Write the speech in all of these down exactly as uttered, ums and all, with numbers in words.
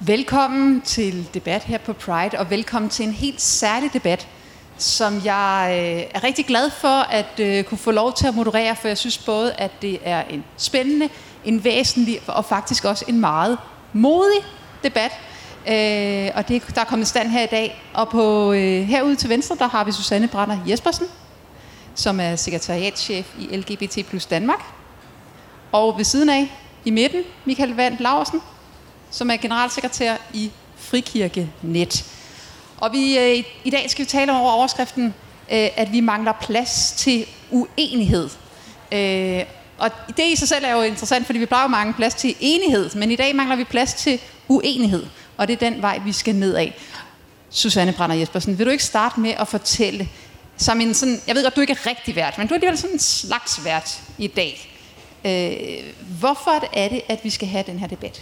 Velkommen til debat her på Pride, og velkommen til en helt særlig debat, som jeg øh, er rigtig glad for at øh, kunne få lov til at moderere, for jeg synes både, at det er en spændende, en væsentlig og faktisk også en meget modig debat. Øh, og det, der er kommet stand her i dag. Og på, øh, herude til venstre, der har vi Susanne Brander Jespersen, som er sekretariatschef i L G B T plus Danmark. Og ved siden af, i midten, Michael Wandt Laursen, som er generalsekretær i Frikirkenet. Og vi, øh, i dag skal vi tale over overskriften, øh, at vi mangler plads til uenighed. Øh, og det i sig selv er jo interessant, fordi vi plejer jo mange plads til enighed, men i dag mangler vi plads til uenighed, og det er den vej, vi skal ned af. Susanne Brander Jespersen, vil du ikke starte med at fortælle, som en sådan, jeg ved godt, du ikke er rigtig vært, men du er alligevel sådan en slags vært i dag. Øh, hvorfor er det, at vi skal have den her debat?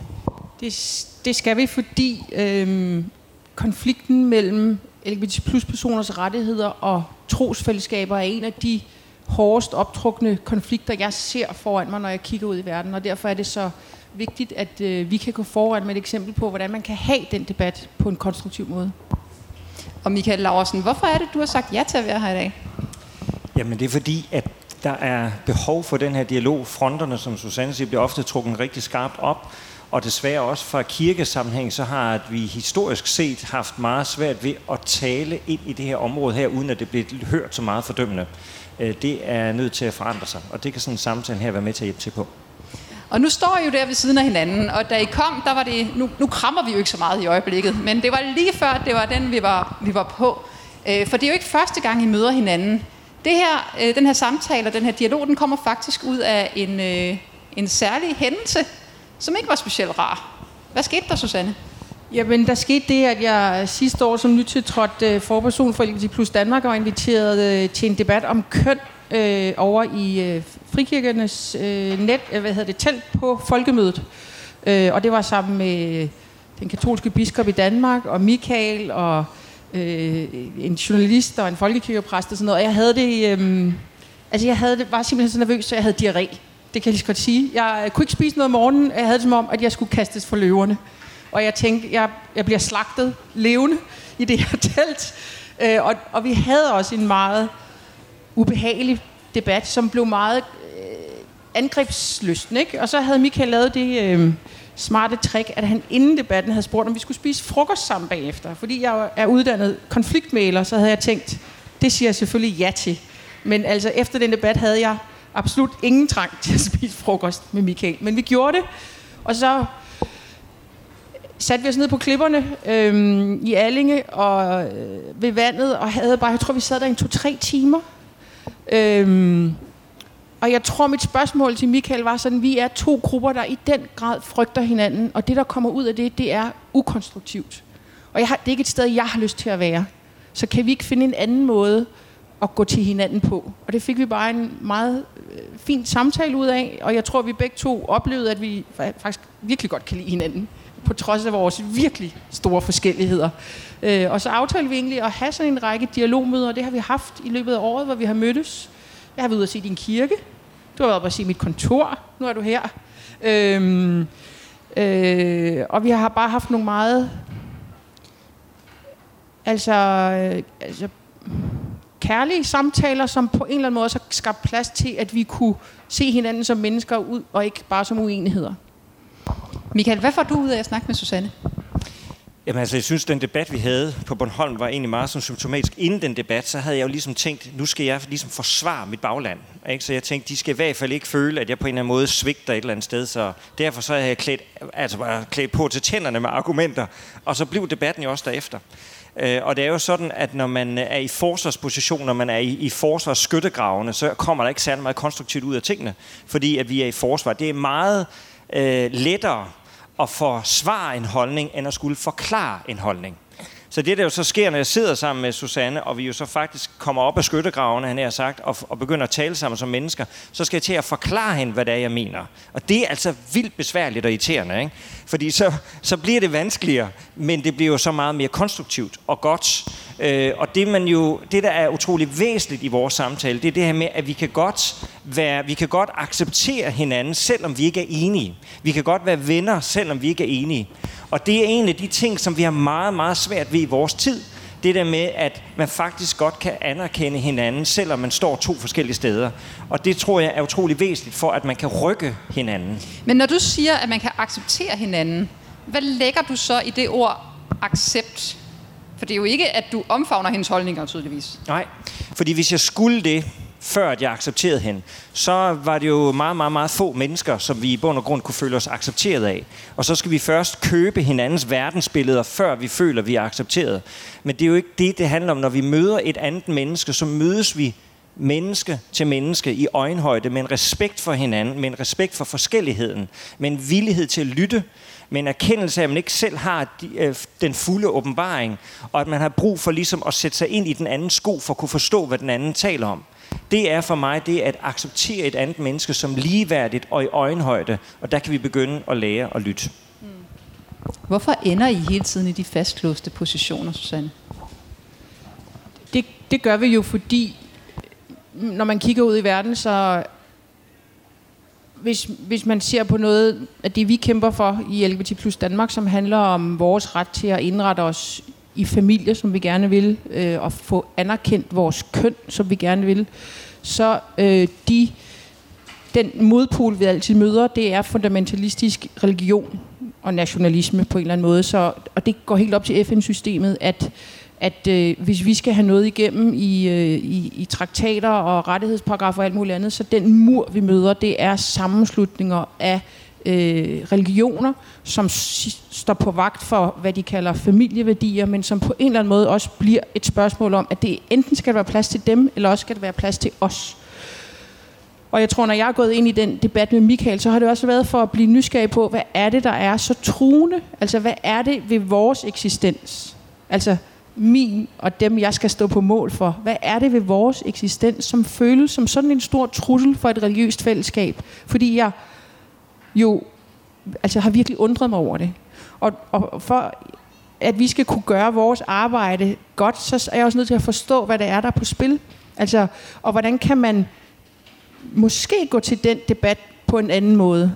Det, det skal vi, fordi øh, konflikten mellem L G B T plus personers rettigheder og trosfællesskaber er en af de hårdest optrukne konflikter, jeg ser foran mig, når jeg kigger ud i verden. Og derfor er det så vigtigt, at øh, vi kan gå foran med et eksempel på, hvordan man kan have den debat på en konstruktiv måde. Og Michael Laursen, hvorfor er det, du har sagt ja til at være her i dag? Jamen det er fordi, at der er behov for den her dialog. Fronterne, som Susanne siger, bliver ofte trukket rigtig skarpt op. Og desværre også fra kirkesammenhæng, så har vi historisk set haft meget svært ved at tale ind i det her område her, uden at det bliver hørt så meget fordømmende. Det er nødt til at forandre sig, og det kan sådan en samtale her være med til at hjælpe til på. Og nu står I jo der ved siden af hinanden, og da I kom, der var det, nu, nu krammer vi jo ikke så meget i øjeblikket, men det var lige før, det var den, vi var, vi var på. For det er jo ikke første gang, I møder hinanden. Det her, den her samtale og den her dialog, den kommer faktisk ud af en, en særlig hændelse, som ikke var specielt rar. Hvad skete der, Susanne? Jamen, der skete det, at jeg sidste år som nytiltrådt øh, forperson for L G B T plus Danmark var inviteret øh, til en debat om køn øh, over i øh, Frikirkenes øh, net, øh, hvad hedder det, telt på Folkemødet. Øh, og det var sammen med den katolske biskop i Danmark og Michael og øh, en journalist og en folkekirkepræst og sådan noget. Og jeg havde det, øh, altså jeg havde det, var simpelthen så nervøs, så jeg havde diarré. Det kan jeg lige så godt sige. Jeg kunne ikke spise noget om morgenen. Jeg havde det som om, at jeg skulle kastes for løverne. Og jeg tænkte, jeg, jeg bliver slagtet levende i det her telt. Øh, og, og vi havde også en meget ubehagelig debat, som blev meget øh, angrebslysten, ikke? Og så havde Michael lavet det øh, smarte trick, at han inden debatten havde spurgt, om vi skulle spise frokost sammen bagefter. Fordi jeg er uddannet konfliktmægler, så havde jeg tænkt, det siger jeg selvfølgelig ja til. Men altså efter den debat havde jeg absolut ingen trang til at spise frokost med Michael. Men vi gjorde det, og så satte vi os ned på klipperne øhm, i Allinge og øh, ved vandet, og havde bare, jeg tror, vi sad der i to-tre timer. Øhm, og jeg tror, mit spørgsmål til Michael var sådan, vi er to grupper, der i den grad frygter hinanden, og det, der kommer ud af det, det er ukonstruktivt. Og jeg har, det er ikke et sted, jeg har lyst til at være. Så kan vi ikke finde en anden måde at gå til hinanden på. Og det fik vi bare en meget øh, fin samtale ud af, og jeg tror, vi begge to oplevede, at vi faktisk virkelig godt kan lide hinanden, på trods af vores virkelig store forskelligheder. Øh, og så aftalte vi egentlig at have sådan en række dialogmøder, og det har vi haft i løbet af året, hvor vi har mødtes. Jeg har været ude at se din kirke, du har været oppe at se mit kontor, nu er du her. Øh, øh, og vi har bare haft nogle meget altså, øh, altså kærlige samtaler, som på en eller anden måde så skabt plads til, at vi kunne se hinanden som mennesker ud, og ikke bare som uenigheder. Michael, hvad får du ud af at snakke med Susanne? Jamen altså, jeg synes, den debat, vi havde på Bornholm, var egentlig meget sådan symptomatisk. Inden den debat, så havde jeg jo ligesom tænkt, nu skal jeg ligesom forsvare mit bagland. Ikke? Så jeg tænkte, de skal i hvert fald ikke føle, at jeg på en eller anden måde svigter et eller andet sted. Så derfor så havde jeg klædt, altså bare klædt på til tænderne med argumenter. Og så blev debatten jo også derefter. Og det er jo sådan, at når man er i forsvarsposition, når man er i, i forsvarsskyttegravene, så kommer der ikke særlig meget konstruktivt ud af tingene. Fordi at vi er i forsvar. Det er meget øh, lettere at forsvare en holdning, end at skulle forklare en holdning. Så det, der jo så sker, når jeg sidder sammen med Susanne, og vi jo så faktisk kommer op af skyttegravene, han har sagt, og, og begynder at tale sammen som mennesker, så skal jeg til at forklare hende, hvad det er, jeg mener. Og det er altså vildt besværligt og irriterende, ikke? Fordi så, så bliver det vanskeligere, men det bliver jo så meget mere konstruktivt og godt. Øh, og det, man jo, det, der er utrolig væsentligt i vores samtale, det er det her med, at vi kan godt være, vi kan godt acceptere hinanden, selvom vi ikke er enige. Vi kan godt være venner, selvom vi ikke er enige. Og det er en af de ting, som vi har meget, meget svært ved i vores tid. Det der med, at man faktisk godt kan anerkende hinanden, selvom man står to forskellige steder. Og det tror jeg er utrolig væsentligt for, at man kan rykke hinanden. Men når du siger, at man kan acceptere hinanden, hvad lægger du så i det ord accept? For det er jo ikke, at du omfavner hendes holdninger, tydeligvis. Nej, fordi hvis jeg skulle det, før at jeg accepterede hende, så var det jo meget, meget, meget få mennesker, som vi i bund og grund kunne føle os accepteret af. Og så skal vi først købe hinandens verdensbilleder, før vi føler, at vi er accepteret. Men det er jo ikke det, det handler om. Når vi møder et andet menneske, så mødes vi menneske til menneske i øjenhøjde, med en respekt for hinanden, med en respekt for forskelligheden, med en villighed til at lytte, med en erkendelse af, at man ikke selv har de, øh, den fulde åbenbaring, og at man har brug for ligesom at sætte sig ind i den anden sko, for at kunne forstå, hvad den anden taler om. Det er for mig det at acceptere et andet menneske som ligeværdigt og i øjenhøjde, og der kan vi begynde at lære at lytte. Hmm. Hvorfor ender I hele tiden i de fastlåste positioner, Susanne? Det, det gør vi jo, fordi når man kigger ud i verden, så hvis, hvis man ser på noget af det, vi kæmper for i L G B T plus Danmark, som handler om vores ret til at indrette os i familie, som vi gerne vil, øh, og få anerkendt vores køn, som vi gerne vil, så øh, de, den modpol, vi altid møder, det er fundamentalistisk religion og nationalisme på en eller anden måde. Så, og det går helt op til F N-systemet, at, at øh, hvis vi skal have noget igennem i, øh, i, i traktater og rettighedsparagrafer og alt muligt andet, så den mur, vi møder, det er sammenslutninger af Øh, religioner, som s- står på vagt for, hvad de kalder familieværdier, men som på en eller anden måde også bliver et spørgsmål om, at det enten skal der være plads til dem, eller også skal der være plads til os. Og jeg tror, når jeg er gået ind i den debat med Michael, så har det også været for at blive nysgerrig på, hvad er det, der er så truende? Altså, hvad er det ved vores eksistens? Altså, min og dem, jeg skal stå på mål for. Hvad er det ved vores eksistens, som føles som sådan en stor trussel for et religiøst fællesskab? Fordi jeg jo altså har virkelig undret mig over det. Og, og for at vi skal kunne gøre vores arbejde godt, så er jeg også nødt til at forstå, hvad det er, der er på spil. Altså, og hvordan kan man måske gå til den debat på en anden måde.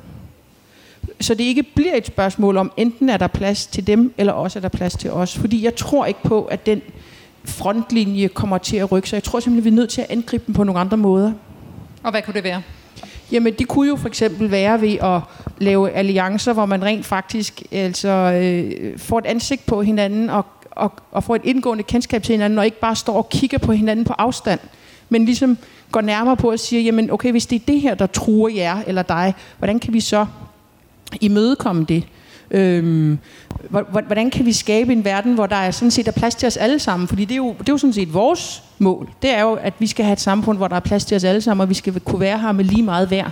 Så det ikke bliver et spørgsmål om, enten er der plads til dem, eller også er der plads til os. Fordi jeg tror ikke på, at den frontlinje kommer til at rykke sig. Jeg tror simpelthen, vi er nødt til at angribe dem på nogle andre måder. Og hvad kunne det være? Jamen, det kunne jo for eksempel være ved at lave alliancer, hvor man rent faktisk altså, øh, får et ansigt på hinanden og, og, og får et indgående kendskab til hinanden, og ikke bare står og kigger på hinanden på afstand, men ligesom går nærmere på og siger, jamen okay, hvis det er det her, der truer jer eller dig, hvordan kan vi så imødekomme det? Øhm, hvordan kan vi skabe en verden, hvor der er sådan set er plads til os alle sammen? Fordi det er jo, det er jo sådan set vores mål. Det er jo, at vi skal have et samfund, hvor der er plads til os alle sammen, og vi skal kunne være her med lige meget værd.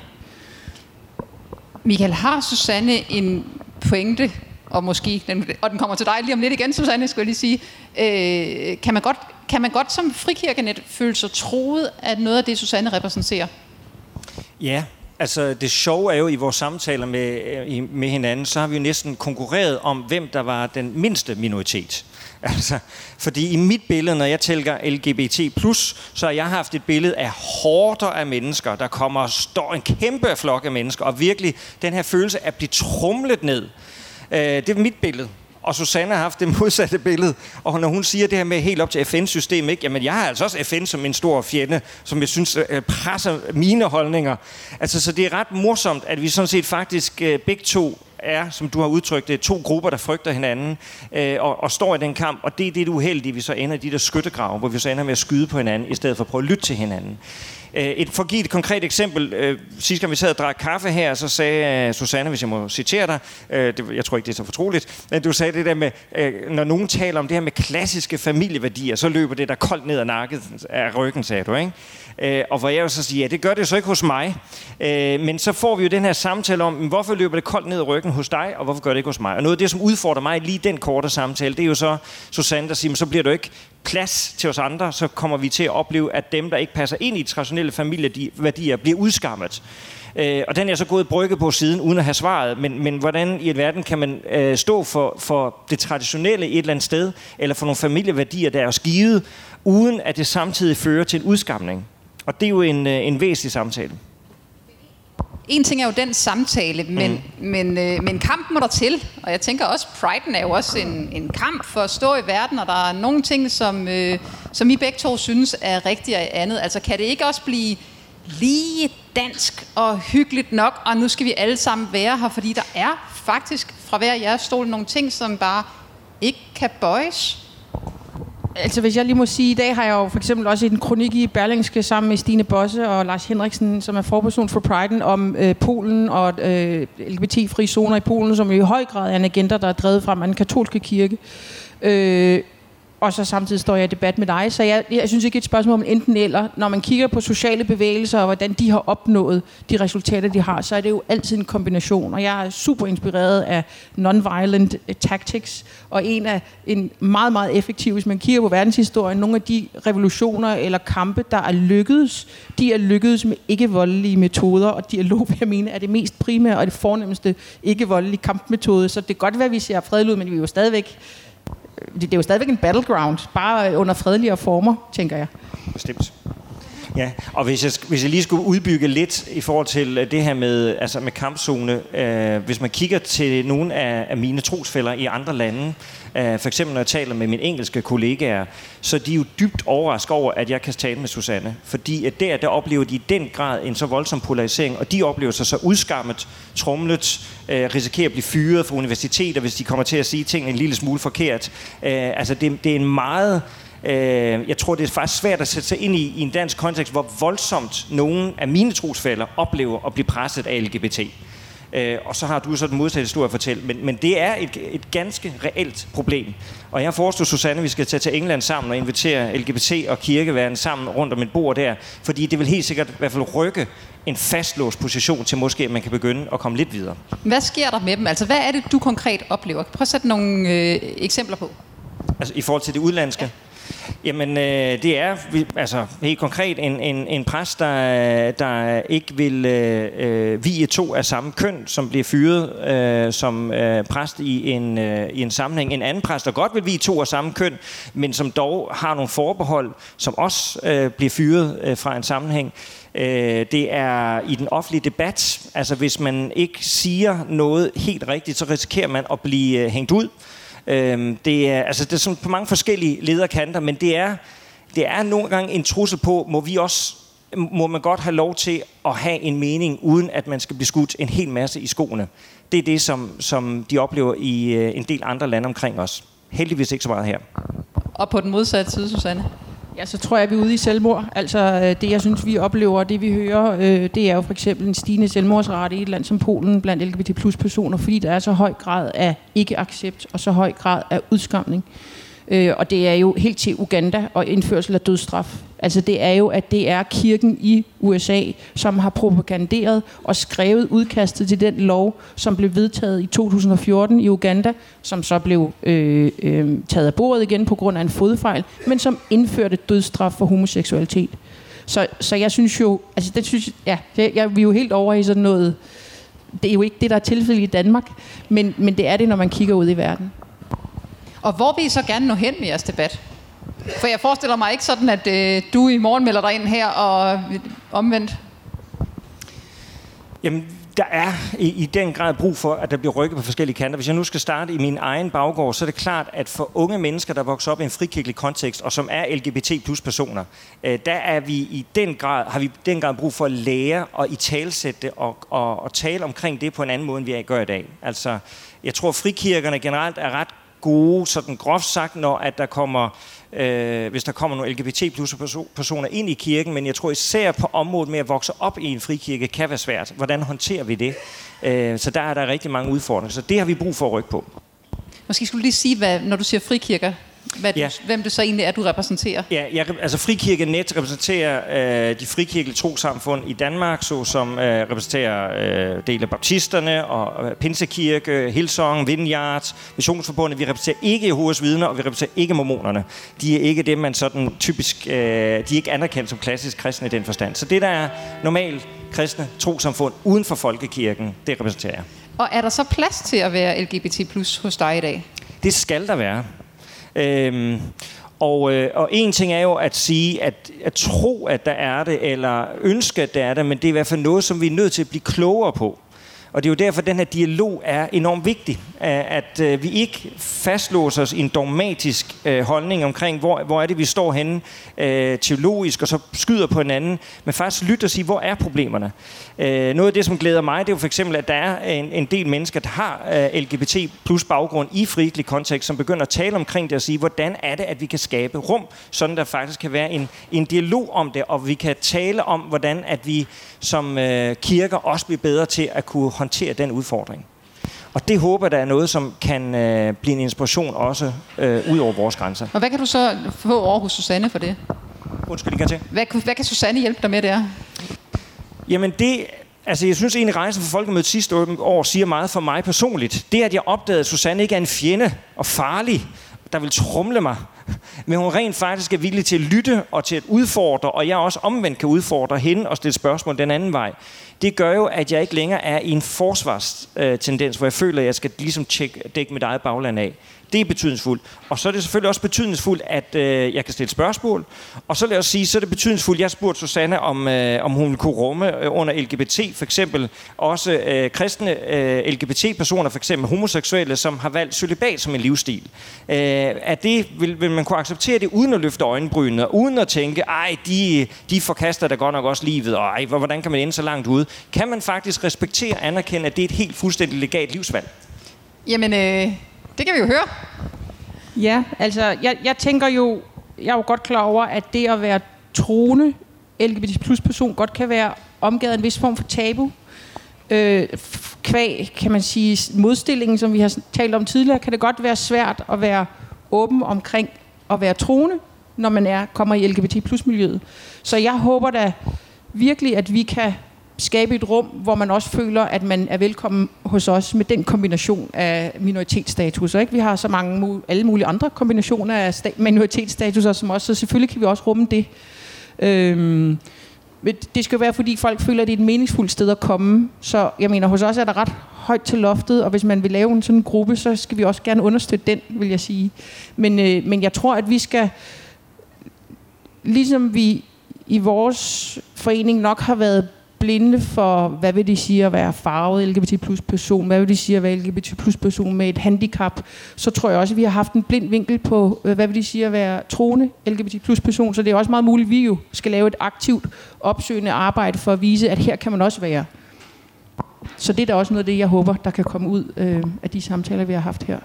Michael, har Susanne en pointe, og måske, den, og den kommer til dig lige om lidt igen, Susanne, skulle jeg lige sige. Øh, kan man godt, kan man godt som frikirkenet føle sig truet af noget af det, Susanne repræsenterer? Ja. Altså, det sjove er jo, i vores samtaler med, med hinanden, så har vi jo næsten konkurreret om, hvem der var den mindste minoritet. Altså, fordi i mit billede, når jeg tælker L G B T plus, så har jeg haft et billede af horder af mennesker, der kommer og står en kæmpe flok af mennesker, og virkelig den her følelse af at blive tromlet ned. Det er mit billede. Og Susanne har haft det modsatte billede. Og når hun siger det her med helt op til F N-systemet, ikke? Jamen jeg har altså også F N som en stor fjende, som jeg synes presser mine holdninger. Altså, så det er ret morsomt, at vi sådan set faktisk begge to er, som du har udtrykt det, to grupper, der frygter hinanden øh, og, og står i den kamp. Og det er det uheldige, vi så ender i de der skyttegrave, hvor vi så ender med at skyde på hinanden, i stedet for at prøve at lytte til hinanden. Et, for at give et konkret eksempel. Øh, sidste gang vi sad og drak kaffe her, så sagde uh, Susanne, hvis jeg må citere dig, øh, det, jeg tror ikke, det er så fortroligt, men du sagde det der med, øh, når nogen taler om det her med klassiske familieværdier, så løber det der koldt ned ad nakket af ryggen, sagde du, ikke? Øh, og hvor jeg jo så siger, ja, det gør det så ikke hos mig. Øh, men så får vi jo den her samtale om, hvorfor løber det koldt ned ad ryggen hos dig, og hvorfor gør det ikke hos mig? Og noget af det, som udfordrer mig lige den korte samtale, det er jo så Susanne, der siger, men så bliver du ikke plads til os andre, så kommer vi til at opleve, at dem, der ikke passer ind i de traditionelle familieværdier, bliver udskammet. Øh, og den er jeg så gået brygge på siden, uden at have svaret. Men, men hvordan i et verden kan man øh, stå for, for det traditionelle et eller andet sted, eller for nogle familieværdier, der er os givet, uden at det samtidig fører til en udskamning? Og det er jo en, en væsentlig samtale. en ting er jo den samtale, men, mm. men, øh, men kampen må der til. Og jeg tænker også, Priden er jo også en, en kamp for at stå i verden, og der er nogle ting, som, øh, som I begge to synes er rigtigt og andet. Altså kan det ikke også blive lige dansk og hyggeligt nok, og nu skal vi alle sammen være her, fordi der er faktisk fra hver jeres stol nogle ting, som bare ikke kan bøjes. Altså hvis jeg lige må sige, i dag har jeg jo for eksempel også en kronik i Berlingske sammen med Stine Bosse og Lars Henriksen, som er forperson for Priden, om øh, Polen og øh, L G B T-frie zoner i Polen, som i høj grad er en agenda, der er drevet frem af den katolske kirke. Øh, og så samtidig står jeg i debat med dig, så jeg, jeg synes ikke, det er et spørgsmål om enten eller. Når man kigger på sociale bevægelser og hvordan de har opnået de resultater, de har, så er det jo altid en kombination. Og jeg er super inspireret af non-violent tactics, og en af en meget, meget effektiv, hvis man kigger på verdenshistorien, nogle af de revolutioner eller kampe, der er lykkedes, de er lykkedes med ikke-voldelige metoder, og dialog, jeg mener, er det mest primære og det fornemmeste ikke-voldelige kampmetode. Så det kan godt være, at vi ser fredeligt ud, men vi er jo stadigvæk Det er jo stadigvæk en battleground, bare under fredeligere former, tænker jeg. Bestemt. Ja, og hvis jeg, hvis jeg lige skulle udbygge lidt i forhold til det her med, altså med kampzone, øh, hvis man kigger til nogle af, af mine trosfæller i andre lande, øh, for eksempel når jeg taler med mine engelske kollegaer, så er de jo dybt overrasket over, at jeg kan tale med Susanne, fordi at der, der oplever de i den grad en så voldsom polarisering, og de oplever sig så udskammet, tromlet, øh, risikerer at blive fyret fra universiteter, hvis de kommer til at sige tingene en lille smule forkert. Øh, altså det, det er en meget... Jeg tror, det er faktisk svært at sætte sig ind i, i en dansk kontekst, hvor voldsomt nogle af mine trosfæller oplever at blive presset af L G B T. Og så har du så den modsatte historie at fortælle. Men, men det er et, et ganske reelt problem. Og jeg foreslår, Susanne, at vi skal tage til England sammen og invitere L G B T og kirkeverden sammen rundt om et bord der. Fordi det vil helt sikkert i hvert fald rykke en fastlåst position til måske, at man kan begynde at komme lidt videre. Hvad sker der med dem? Altså, hvad er det, du konkret oplever? Prøv at sætte nogle øh, eksempler på. Altså i forhold til det udlandske? Ja. Jamen, øh, det er altså helt konkret en, en, en præst, der, der ikke vil øh, vie to af samme køn, som bliver fyret øh, som øh, præst i en, øh, i en sammenhæng. En anden præst, der godt vil vie to af samme køn, men som dog har nogle forbehold, som også øh, bliver fyret øh, fra en sammenhæng. Øh, det er i den offentlige debat. Altså, hvis man ikke siger noget helt rigtigt, så risikerer man at blive øh, hængt ud. Det er, altså det er sådan på mange forskellige lederkanter, men det er, det er nogle gange en trussel på, må vi også, må man godt have lov til at have en mening, uden at man skal blive skudt en hel masse i skoene. Det er det, som, som de oplever i en del andre lande omkring os. Heldigvis ikke så meget her. Og på den modsatte side, Susanne? Ja, så tror jeg, at vi er ude i selvmord. Altså det, jeg synes, vi oplever, det vi hører, øh, det er jo for eksempel en stigende selvmordsrate i et land som Polen blandt L G B T plus personer, fordi der er så høj grad af ikke-accept og så høj grad af udskamning. Øh, og det er jo helt til Uganda og indførsel af dødsstraf. Altså det er jo, at det er kirken i U S A, som har propaganderet og skrevet udkastet til den lov, som blev vedtaget i to tusind og fjorten i Uganda, som så blev øh, øh, taget af bordet igen på grund af en fodfejl, men som indførte dødsstraf for homoseksualitet. Så, så jeg synes jo, altså det synes ja, jeg, jeg, vi er jo helt over i sådan noget. Det er jo ikke det, der er tilfældet i Danmark, men, men det er det, når man kigger ud i verden. Og hvor vil I så gerne nå hen med jeres debat? For jeg forestiller mig ikke sådan, at øh, du i morgen melder dig ind her og omvendt. Jamen, der er i, i den grad brug for, at der bliver rykket på forskellige kanter. Hvis jeg nu skal starte i min egen baggård, så er det klart, at for unge mennesker, der vokser op i en frikirkelig kontekst, og som er L G B T plus personer, øh, der er vi i den grad, har vi i den grad brug for at lære og italesætte det og, og, og tale omkring det på en anden måde, end vi gør i dag. Altså, jeg tror, frikirkerne generelt er ret gode, sådan groft sagt, når at der kommer, øh, hvis der kommer nogle L G B T plus personer ind i kirken, men jeg tror især på området med at vokse op i en frikirke kan være svært. Hvordan håndterer vi det? Øh, så der er der rigtig mange udfordringer, så det har vi brug for at rykke på. Måske skulle du lige sige, hvad, når du siger frikirker, hvad du, ja. hvem det så egentlig er, du repræsenterer? Ja, jeg, altså Frikirkenet repræsenterer øh, de frikirkelige trossamfund i Danmark, så som øh, repræsenterer øh, del af baptisterne og øh, Pinsekirke, Hillsong, Vineyard, Missionsforbundet. Vi repræsenterer ikke Jehovas vidner, og vi repræsenterer ikke mormonerne. De er ikke det, man sådan typisk, øh, de er ikke anerkendt som klassisk kristne i den forstand. Så det, der er normalt kristne trossamfund uden for folkekirken, det repræsenterer jeg. Og er der så plads til at være L G B T plus hos dig i dag? Det skal der være. Øhm, Og, øh, og en ting er jo at sige, at, at tro, at der er det, eller ønske, at der er det, men det er i hvert fald noget, som vi er nødt til at blive klogere på. Og det er jo derfor, at den her dialog er enormt vigtig. At øh, vi ikke fastlåser os i en dogmatisk øh, holdning omkring, hvor, hvor er det, vi står henne øh, teologisk, og så skyder på hinanden, men faktisk lytte og sige, hvor er problemerne. Øh, noget af det, som glæder mig, det er jo for eksempel, at der er en, en del mennesker, der har øh, L G B T plus baggrund i frikirkelig kontekst, som begynder at tale omkring det og sige, hvordan er det, at vi kan skabe rum, sådan der faktisk kan være en, en dialog om det, og vi kan tale om, hvordan at vi som øh, kirker også bliver bedre til at kunne håndtere den udfordring. Og det håber der er noget, som kan øh, blive en inspiration også øh, ud over vores grænser. Og hvad kan du så få over hos Susanne for det? Undskyld, lige til. Hvad, hvad kan Susanne hjælpe dig med der? Jamen det, altså jeg synes egentlig, rejsen for Folkemødet sidste år siger meget for mig personligt. Det, at jeg opdagede, at Susanne ikke er en fjende og farlig, der vil tromle mig, men hun rent faktisk er villig til at lytte og til at udfordre, og jeg også omvendt kan udfordre hende og stille spørgsmål den anden vej. Det gør jo, at jeg ikke længere er i en forsvarstendens, hvor jeg føler, at jeg skal ligesom tjekke, dække mit eget bagland af. Det er betydningsfuldt. Og så er det selvfølgelig også betydningsfuldt, at øh, jeg kan stille spørgsmål. Og så lad os sige, så er det betydningsfuldt, jeg spurgte Susanne, om, øh, om hun kunne rumme øh, under L G B T, for eksempel også øh, kristne øh, L G B T-personer, for eksempel homoseksuelle, som har valgt cølibat som en livsstil. Øh, at det, vil, vil man kunne acceptere det, uden at løfte øjenbrynene, og uden at tænke, ej, de, de forkaster da godt nok også livet, og ej, hvordan kan man ende så langt ude? Kan man faktisk respektere og anerkende, at det er et helt fuldstændig legalt livsvalg? Jamen, øh det kan vi jo høre. Ja, altså, jeg, jeg tænker jo, jeg er jo godt klar over, at det at være troende L G B T plus person godt kan være omgivet af en vis form for tabu. Øh, kvæg, kan man sige, modstillingen, som vi har talt om tidligere, kan det godt være svært at være åben omkring at være troende, når man er, kommer i L G B T plus miljøet. Så jeg håber da virkelig, at vi kan skabe et rum, hvor man også føler, at man er velkommen hos os med den kombination af minoritetsstatuser. Ikke? Vi har så mange, alle mulige andre kombinationer af sta- minoritetsstatuser, som også, så selvfølgelig kan vi også rumme det. Øhm, det skal være, fordi folk føler, at det er et meningsfuldt sted at komme. Så jeg mener, hos os er der ret højt til loftet, og hvis man vil lave en sådan en gruppe, så skal vi også gerne understøtte den, vil jeg sige. Men, øh, men jeg tror, at vi skal, ligesom vi i vores forening nok har været blinde for, hvad vil de sige at være farvet L G B T plus person, hvad vil de sige at være L G B T plus person med et handicap, så tror jeg også, at vi har haft en blind vinkel på, hvad vil de sige at være troende L G B T plus person, så det er også meget muligt, at vi jo skal lave et aktivt opsøgende arbejde for at vise, at her kan man også være. Så det er da også noget af det, jeg håber, der kan komme ud øh, af de samtaler, vi har haft her.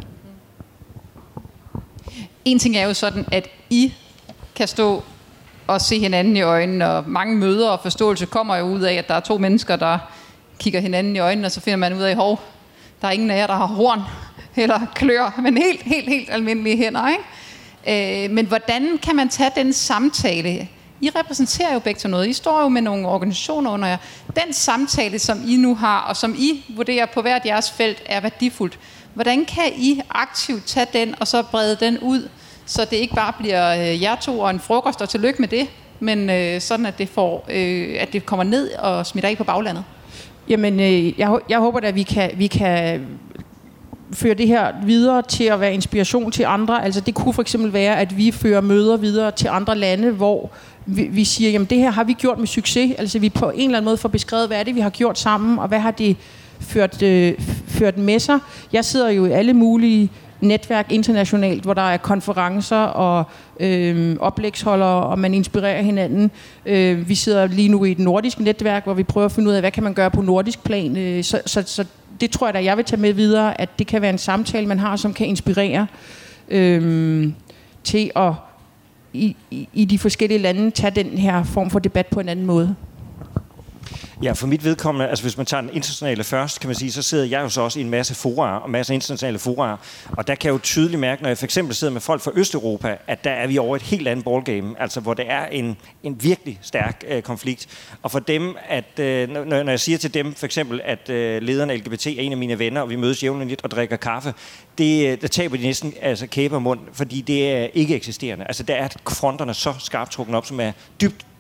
En ting er jo sådan, at I kan stå og se hinanden i øjnene, og mange møder og forståelse kommer jo ud af, at der er to mennesker, der kigger hinanden i øjnene, og så finder man ud af, hov, der er ingen af jer, der har horn eller klør, men helt, helt, helt almindelige hænder, ikke? Øh, men hvordan kan man tage den samtale? I repræsenterer jo begge til noget. I står jo med nogle organisationer under jer. Den samtale, som I nu har, og som I vurderer på hvert jeres felt, er værdifuldt. Hvordan kan I aktivt tage den, og så brede den ud, så det ikke bare bliver øh, jer to og en frokost, og tillykke med det, men øh, sådan, at det, får, øh, at det kommer ned og smitter af på baglandet? Jamen, øh, jeg, jeg håber da, at vi kan, vi kan føre det her videre til at være inspiration til andre. Altså, det kunne for eksempel være, at vi fører møder videre til andre lande, hvor vi, vi siger, jamen det her har vi gjort med succes. Altså, vi på en eller anden måde får beskrevet, hvad er det, vi har gjort sammen, og hvad har det ført, øh, ført med sig. Jeg sidder jo i alle mulige netværk internationalt, hvor der er konferencer og øh, oplægsholdere, og man inspirerer hinanden. Øh, vi sidder lige nu i et nordisk netværk, hvor vi prøver at finde ud af, hvad kan man gøre på nordisk plan. Øh, så, så, så det tror jeg da, jeg vil tage med videre, at det kan være en samtale, man har, som kan inspirere øh, til at i, i, i de forskellige lande tage den her form for debat på en anden måde. Ja, for mit vedkommende, altså hvis man tager den internationale først, kan man sige, så sidder jeg jo så også i en masse foraer, og masse internationale foraer, og der kan jeg jo tydeligt mærke, når jeg for eksempel sidder med folk fra Østeuropa, at der er vi over et helt andet ballgame, altså hvor det er en, en virkelig stærk øh, konflikt. Og for dem, at øh, når, når jeg siger til dem for eksempel, at øh, lederen af L G B T er en af mine venner, og vi mødes jævnligt og drikker kaffe, det, der taber de næsten altså kæbe og mund, fordi det er ikke eksisterende. Altså der er fronterne så skarpt trukket op, som er dybt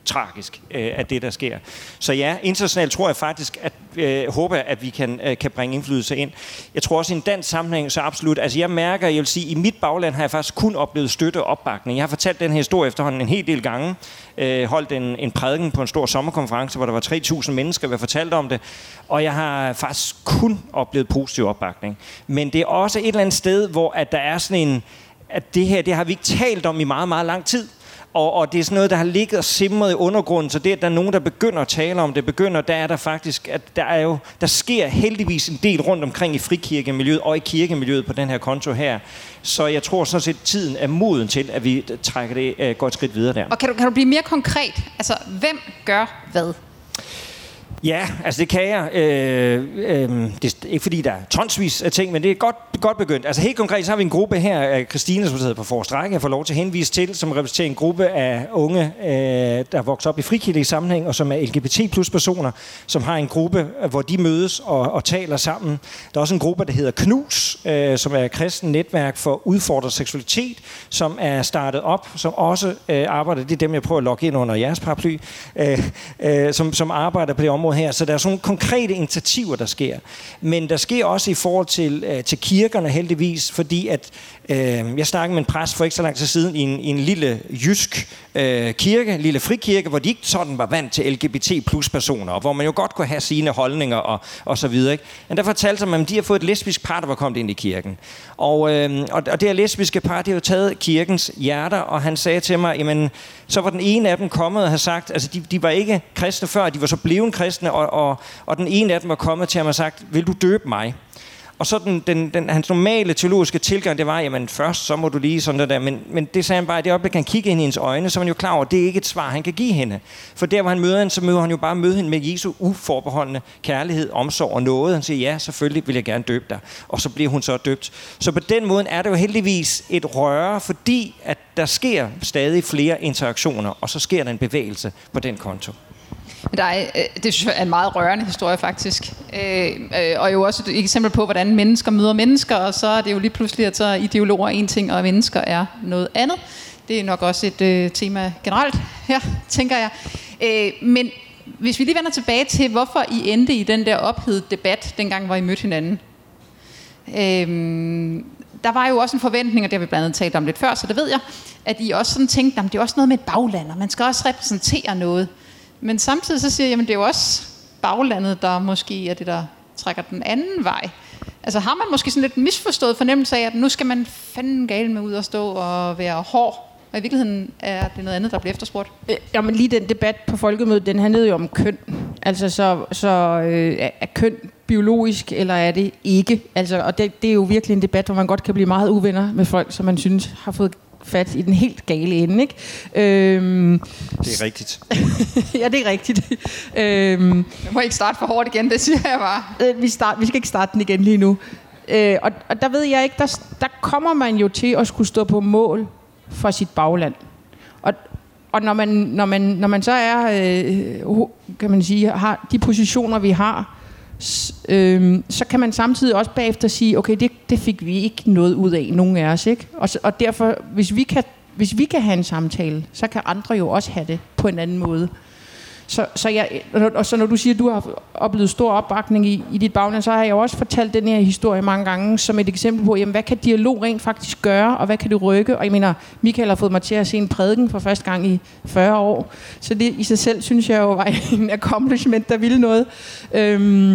tragisk øh, af det, der sker. Så ja, internationalt tror jeg faktisk, at øh, håber, at vi kan, øh, kan bringe indflydelse ind. Jeg tror også i en dansk sammenhæng, så absolut, altså jeg mærker, jeg vil sige, i mit bagland har jeg faktisk kun oplevet støtte og opbakning. Jeg har fortalt den her historie efterhånden en hel del gange, øh, holdt en, en prædiken på en stor sommerkonference, hvor der var tre tusind mennesker, der fortalte om det, og jeg har faktisk kun oplevet positiv opbakning. Men det er også et eller andet sted, hvor at der er sådan en, at det her, det har vi ikke talt om i meget, meget lang tid. Og, og det er sådan noget, der har ligget og simret i undergrunden, så det, at der er nogen, der begynder at tale om det, begynder, der er der faktisk, at der er jo, der sker heldigvis en del rundt omkring i frikirkemiljøet og i kirkemiljøet på den her konto her. Så jeg tror sådan set, tiden er moden til, at vi trækker det uh, godt skridt videre der. Og kan du, kan du blive mere konkret? Altså, hvem gør hvad? Ja, altså det kan jeg. Øh, øh, det er ikke fordi, der er tonsvis af ting, men det er godt, godt begyndt. Altså helt konkret, så har vi en gruppe her af Christine, som sidder på forreste række, jeg får lov til at henvise til, som repræsenterer en gruppe af unge, øh, der vokser op i frikirkelig sammenhæng, og som er L G B T plus personer, som har en gruppe, hvor de mødes og, og taler sammen. Der er også en gruppe, der hedder Knus, øh, som er kristen netværk for udfordret seksualitet, som er startet op, som også øh, arbejder, det er dem, jeg prøver at logge ind under jeres paraply, øh, øh, som, som arbejder på det område her. Så der er sådan nogle konkrete initiativer, der sker. Men der sker også i forhold til, øh, til kirkerne heldigvis, fordi at øh, jeg snakkede med en præst for ikke så lang tid siden i en, i en lille jysk øh, kirke, en lille frikirke, hvor de ikke sådan var vant til L G B T plus personer, og hvor man jo godt kunne have sine holdninger og, og så videre. Ikke? Men der fortalte man, at de har fået et lesbisk par, der var kommet ind i kirken. Og, øh, og, og det her lesbiske par, det har jo taget kirkens hjerter, og han sagde til mig, jamen, så var den ene af dem kommet og havde sagt, altså de, de var ikke kristne før, de var så blevet kristne, og, og, og den ene af dem var kommet til ham og sagt, vil du døbe mig? Og så den, den, den, hans normale teologiske tilgang, det var, jamen først, så må du lige sådan der, men, men det sagde han bare, at det øjeblik, han kigge ind i hendes øjne, så var han jo klar over, at det er ikke et svar, han kan give hende. For der, hvor han møder hende, så møder han jo bare møde hende med Jesu uforbeholdende kærlighed, omsorg og noget. Han siger, ja, selvfølgelig vil jeg gerne døbe dig. Og så bliver hun så døbt. Så på den måde er det jo heldigvis et røre, fordi at der sker stadig flere interaktioner, og så sker der en bevægelse på den konto. Men der er, det synes jeg er en meget rørende historie faktisk, øh, øh, og jo også et eksempel på, hvordan mennesker møder mennesker, og så er det jo lige pludselig, at så er ideologer en ting, og mennesker er noget andet. Det er nok også et øh, tema generelt her, tænker jeg. Øh, men hvis vi lige vender tilbage til, hvorfor I endte i den der ophedede debat, dengang hvor I mødte hinanden. Øh, der var jo også en forventning, og det har vi blandt andet talt om lidt før, så det ved jeg, at I også sådan tænkte, at det er også noget med et bagland, og man skal også repræsentere noget. Men samtidig så siger jeg, at det er jo også baglandet, der måske er det, der trækker den anden vej. Altså har man måske sådan lidt misforstået fornemmelse af, at nu skal man fanden gale med ud og stå og være hård, og i virkeligheden er det noget andet, der bliver efterspurgt? Jamen lige den debat på folkemødet, den handlede jo om køn. Altså så, så øh, er køn biologisk, eller er det ikke? Altså, og det, det er jo virkelig en debat, hvor man godt kan blive meget uvenner med folk, som man synes har fået fat i den helt gale ende, ikke? Øhm, det er rigtigt. Ja, det er rigtigt. øhm, jeg må ikke starte for hårdt igen, det siger jeg bare. Øh, vi, start, vi skal ikke starte den igen lige nu. Øh, og, og der ved jeg ikke, der, der kommer man jo til at skulle stå på mål for sit bagland. Og, og når, man, når, man, når man så er, øh, kan man sige, har de positioner, vi har, Øhm, så kan man samtidig også bagefter sige, okay, det, det fik vi ikke noget ud af, nogen af os, ikke? Og, og derfor, hvis vi, kan, hvis vi kan have en samtale, så kan andre jo også have det på en anden måde. Så, så, jeg, og så når du siger, at du har oplevet stor opbakning i, i dit bagland, så har jeg jo også fortalt den her historie mange gange, som et eksempel på, jamen, hvad kan dialog rent faktisk gøre, og hvad kan det rykke? Og jeg mener, Michael har fået mig til at se en prædiken for første gang i fyrre år, så det i sig selv, synes jeg jo var en accomplishment, der ville noget. Øhm,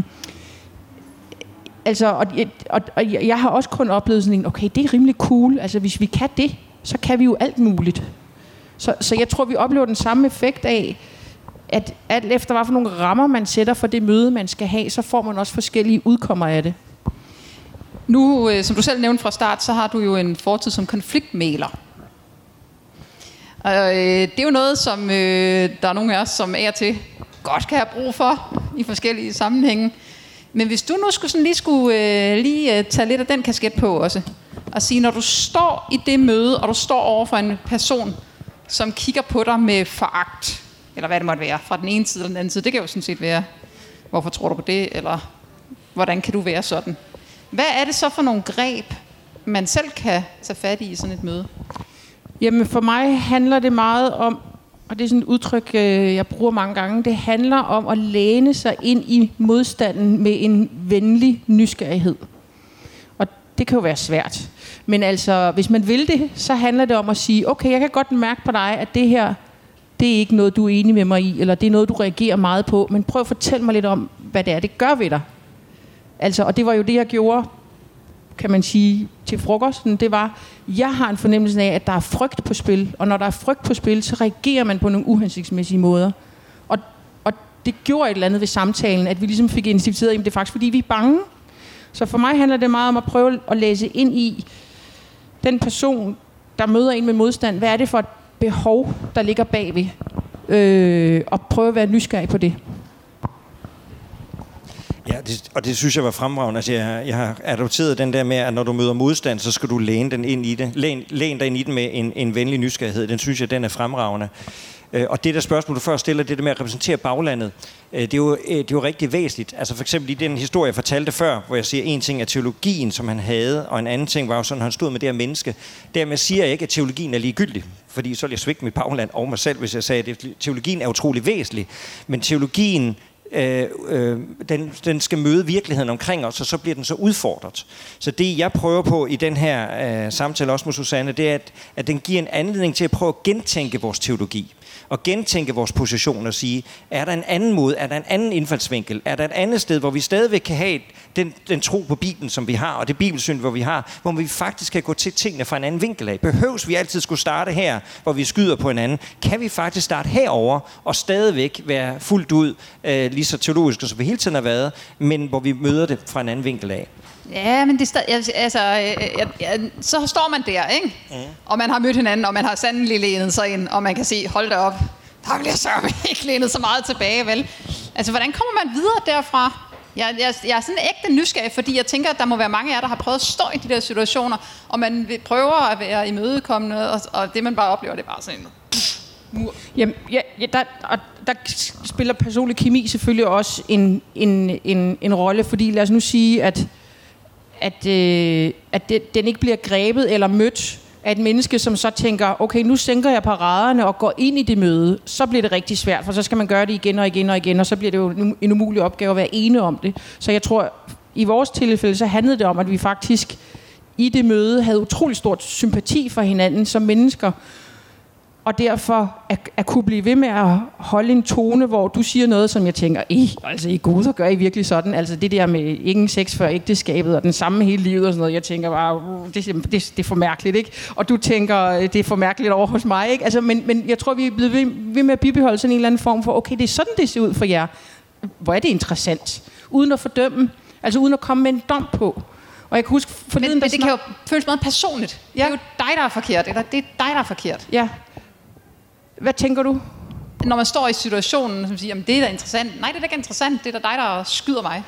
altså, og, og, og jeg har også kun oplevet sådan en, okay, det er rimelig cool, altså hvis vi kan det, så kan vi jo alt muligt. Så, så jeg tror, vi oplever den samme effekt af, at alt efter hvad for nogle rammer man sætter for det møde, man skal have, så får man også forskellige udkommer af det. Nu, øh, som du selv nævnte fra start, så har du jo en fortid som konfliktmægler. Og øh, det er jo noget, som øh, der er nogle af os, som af og til godt kan have brug for i forskellige sammenhænge. Men hvis du nu skulle sådan lige skulle øh, lige øh, tage lidt af den kasket på også, og sige, når du står i det møde, og du står over for en person, som kigger på dig med foragt, eller hvad det måtte være, fra den ene side eller den anden side. Det kan jo sådan set være, hvorfor tror du på det, eller hvordan kan du være sådan? Hvad er det så for nogle greb, man selv kan tage fat i i sådan et møde? Jamen for mig handler det meget om og det er sådan et udtryk, jeg bruger mange gange, det handler om at læne sig ind i modstanden med en venlig nysgerrighed. Og det kan jo være svært. Men altså, hvis man vil det, så handler det om at sige, okay, jeg kan godt mærke på dig, at det her, det er ikke noget, du er enig med mig i, eller det er noget, du reagerer meget på, men prøv at fortælle mig lidt om, hvad det er, det gør ved dig. Altså, og det var jo det, jeg gjorde, kan man sige, til frokosten. Det var, jeg har en fornemmelse af, at der er frygt på spil, og når der er frygt på spil, så reagerer man på nogle uhensigtsmæssige måder. Og, og det gjorde et eller andet ved samtalen, at vi ligesom fik identificeret, at det er faktisk, fordi vi er bange. Så for mig handler det meget om at prøve at læse ind i den person, der møder en med modstand. Hvad er det for et behov, der ligger bagved? Øh, og prøve at være nysgerrig på det. Ja, det, og det synes jeg var fremragende. Altså, jeg, jeg har adopteret den der med, at når du møder modstand, så skal du læne den ind i det. Læn, læn dig ind i den med en, en venlig nysgerrighed. Den synes jeg, den er fremragende. Øh, og det der spørgsmål, du først stiller, det der med at repræsentere baglandet, øh, det, er jo, øh, det er jo rigtig væsentligt. Altså for eksempel i den historie, jeg fortalte før, hvor jeg siger, en ting er teologien, som han havde, og en anden ting var jo sådan, at han stod med det her menneske. Dermed siger jeg ikke, at teologien er ligegyldig, fordi så ville jeg svigte mit bagland og mig selv, hvis jeg sagde, at teologien er utrolig væsentlig. Men teologien, Øh, øh, den, den skal møde virkeligheden omkring os, og så bliver den så udfordret. Så det, jeg prøver på i den her øh, samtale også med Susanne, det er, at, at den giver en anledning til at prøve at gentænke vores teologi, og gentænke vores position og sige, er der en anden måde, er der en anden indfaldsvinkel, er der et andet sted, hvor vi stadigvæk kan have den, den tro på Bibelen, som vi har, og det bibelsyn, hvor vi har, hvor vi faktisk kan gå til tingene fra en anden vinkel af. Behøves vi altid skulle starte her, hvor vi skyder på hinanden? Kan vi faktisk starte herover og stadigvæk være fuldt ud øh, lige så teologiske, som vi hele tiden har været, men hvor vi møder det fra en anden vinkel af? Ja, men det er stadig, altså, jeg, jeg, så står man der, ikke? Mm. Og man har mødt hinanden, og man har sandelig lænet sig ind, og man kan se, hold da op, der bliver så ikke lænet så meget tilbage, vel? Altså, hvordan kommer man videre derfra? Jeg, jeg, jeg er sådan ægte nysgerrig, fordi jeg tænker, at der må være mange af jer, der har prøvet at stå i de der situationer, og man prøver at være imødekommende, og, og det man bare oplever, det er bare sådan en mur. Jamen, ja, ja, der, og der spiller personlig kemi selvfølgelig også en, en, en, en rolle, fordi lad os nu sige, at at, øh, at det, den ikke bliver grebet eller mødt af et menneske, som så tænker, okay, nu sænker jeg paraderne og går ind i det møde, så bliver det rigtig svært, for så skal man gøre det igen og igen og igen, og så bliver det jo en umulig opgave at være ene om det. Så jeg tror, i vores tilfælde, så handlede det om, at vi faktisk i det møde havde utrolig stort sympati for hinanden som mennesker, og derfor at, at kunne blive ved med at holde en tone, hvor du siger noget, som jeg tænker, I, altså I guder gør I virkelig sådan, altså det der med ingen sex før ægteskabet, og den samme hele livet og sådan noget, jeg tænker bare, uh, det, det, det er for mærkeligt, ikke? Og du tænker, det er for mærkeligt over hos mig, ikke? Altså, men, men jeg tror, vi er blevet ved, ved med at bibeholde sådan en eller anden form for, okay, det er sådan, det ser ud for jer. Hvor er det interessant? Uden at fordømme, altså uden at komme med en dom på. Og jeg kan huske forleden, men, men det kan jo føles meget personligt. Ja. Det er jo dig, der er forkert, eller det er dig, der er forkert. Ja. Hvad tænker du? Når man står i situationen, som siger, jamen, det er da interessant. Nej, det er da ikke interessant. Det er da dig, der skyder mig.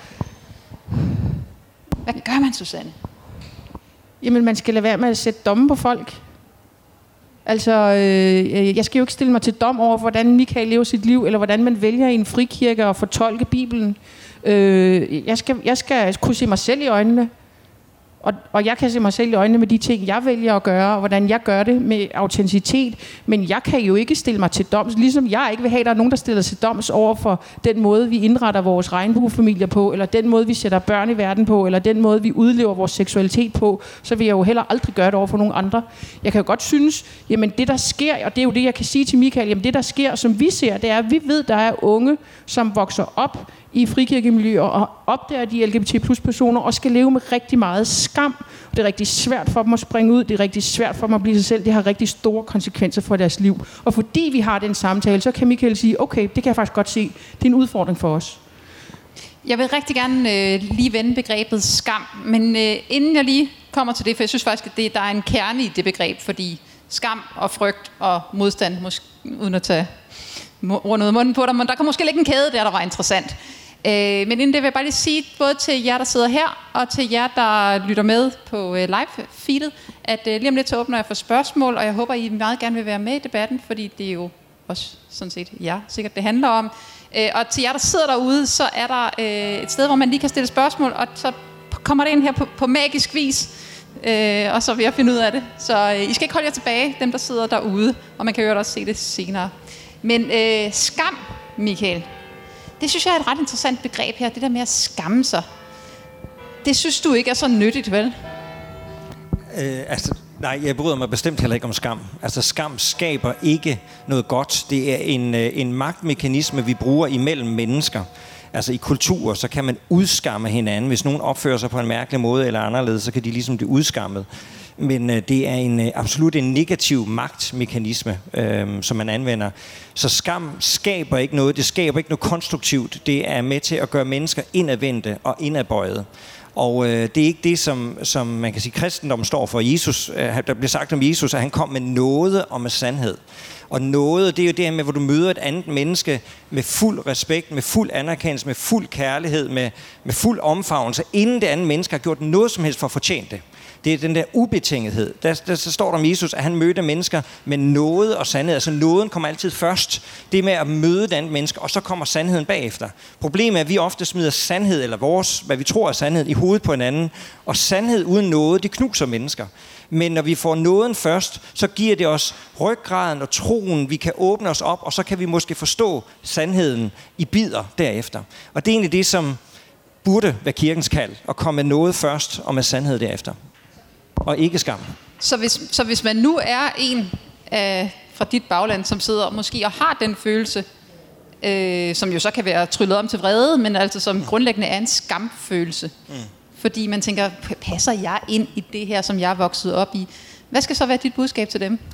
Hvad gør man, Susanne? Jamen, man skal lade være med at sætte domme på folk. Altså, øh, jeg skal jo ikke stille mig til dom over, hvordan Michael lever sit liv, eller hvordan man vælger i en frikirke at fortolke Bibelen. Øh, jeg, skal, jeg skal kunne se mig selv i øjnene. Og, og jeg kan se mig selv i øjnene med de ting, jeg vælger at gøre, og hvordan jeg gør det med autenticitet. Men jeg kan jo ikke stille mig til doms, ligesom jeg ikke vil have, at der er nogen, der stiller sig doms over for den måde, vi indretter vores regnbuefamilier på, eller den måde, vi sætter børn i verden på, eller den måde, vi udlever vores seksualitet på. Så vil jeg jo heller aldrig gøre det over for nogen andre. Jeg kan jo godt synes, jamen det der sker, og det er jo det, jeg kan sige til Michael, jamen det der sker, som vi ser, det er, at vi ved, der er unge, som vokser op i frikirkemiljøer og opdager de L G B T plus personer og skal leve med rigtig meget skam. Det er rigtig svært for dem at springe ud, det er rigtig svært for dem at blive sig selv, det har rigtig store konsekvenser for deres liv. Og fordi vi har den samtale, så kan Michael sige, okay, det kan jeg faktisk godt se, det er en udfordring for os. Jeg vil rigtig gerne øh, lige vende begrebet skam, men øh, inden jeg lige kommer til det, for jeg synes faktisk, at det, der er en kerne i det begreb, fordi skam og frygt og modstand, måske, uden at tage rundt ud af munden på dig, men der kan måske ligge en kæde der, der var interessant. Øh, men inden det vil jeg bare lige sige, både til jer, der sidder her, og til jer, der lytter med på øh, live-feedet, at øh, lige om lidt så åbner jeg for spørgsmål, og jeg håber, I meget gerne vil være med i debatten, fordi det er jo også sådan set jer, sikkert det handler om. Øh, og til jer, der sidder derude, så er der øh, et sted, hvor man lige kan stille spørgsmål, og så kommer det ind her på, på magisk vis, øh, og så vil jeg finde ud af det. Så øh, I skal ikke holde jer tilbage, dem der sidder derude, og man kan jo også se det senere. Men øh, skam, Michael, det synes jeg er et ret interessant begreb her, det der med at skamme sig. Det synes du ikke er så nyttigt, vel? Øh, altså, nej, jeg bryder mig bestemt heller ikke om skam. Altså, skam skaber ikke noget godt. Det er en, en magtmekanisme, vi bruger imellem mennesker. Altså, i kulturer, så kan man udskamme hinanden. Hvis nogen opfører sig på en mærkelig måde eller anderledes, så kan de ligesom blive udskammet. Men øh, det er en, øh, absolut en negativ magtmekanisme, øh, som man anvender. Så skam skaber ikke noget. Det skaber ikke noget konstruktivt. Det er med til at gøre mennesker indadvendte og indadbøjede. Og øh, det er ikke det, som, som man kan sige, kristendommen står for. Jesus, øh, der bliver sagt om Jesus, at han kom med nåde og med sandhed. Og nåde, det er jo det her med, hvor du møder et andet menneske med fuld respekt, med fuld anerkendelse, med fuld kærlighed, med, med fuld omfavnelse, inden det andet menneske har gjort noget som helst for at fortjene det. Det er den der ubetingethed. Der, der så står der om Jesus, at han mødte mennesker med nåde og sandhed. Altså nåden kommer altid først. Det med at møde et andet menneske, og så kommer sandheden bagefter. Problemet er, at vi ofte smider sandhed, eller vores, hvad vi tror er sandhed, i hovedet på hinanden. Og sandhed uden nåde, det knuser mennesker. Men når vi får nåden først, så giver det os ryggraden og troen. Vi kan åbne os op, og så kan vi måske forstå sandheden i bidder derefter. Og det er egentlig det, som burde være kirkens kald. At komme med noget først, og med sandhed derefter. Og ikke skam. Så hvis, så hvis man nu er en øh, fra dit bagland, som sidder og måske og har den følelse, øh, som jo så kan være tryllet om til vrede, men altså som grundlæggende er en skamfølelse. Mm. Fordi man tænker, passer jeg ind i det her, som jeg er vokset op i? Hvad skal så være dit budskab til dem?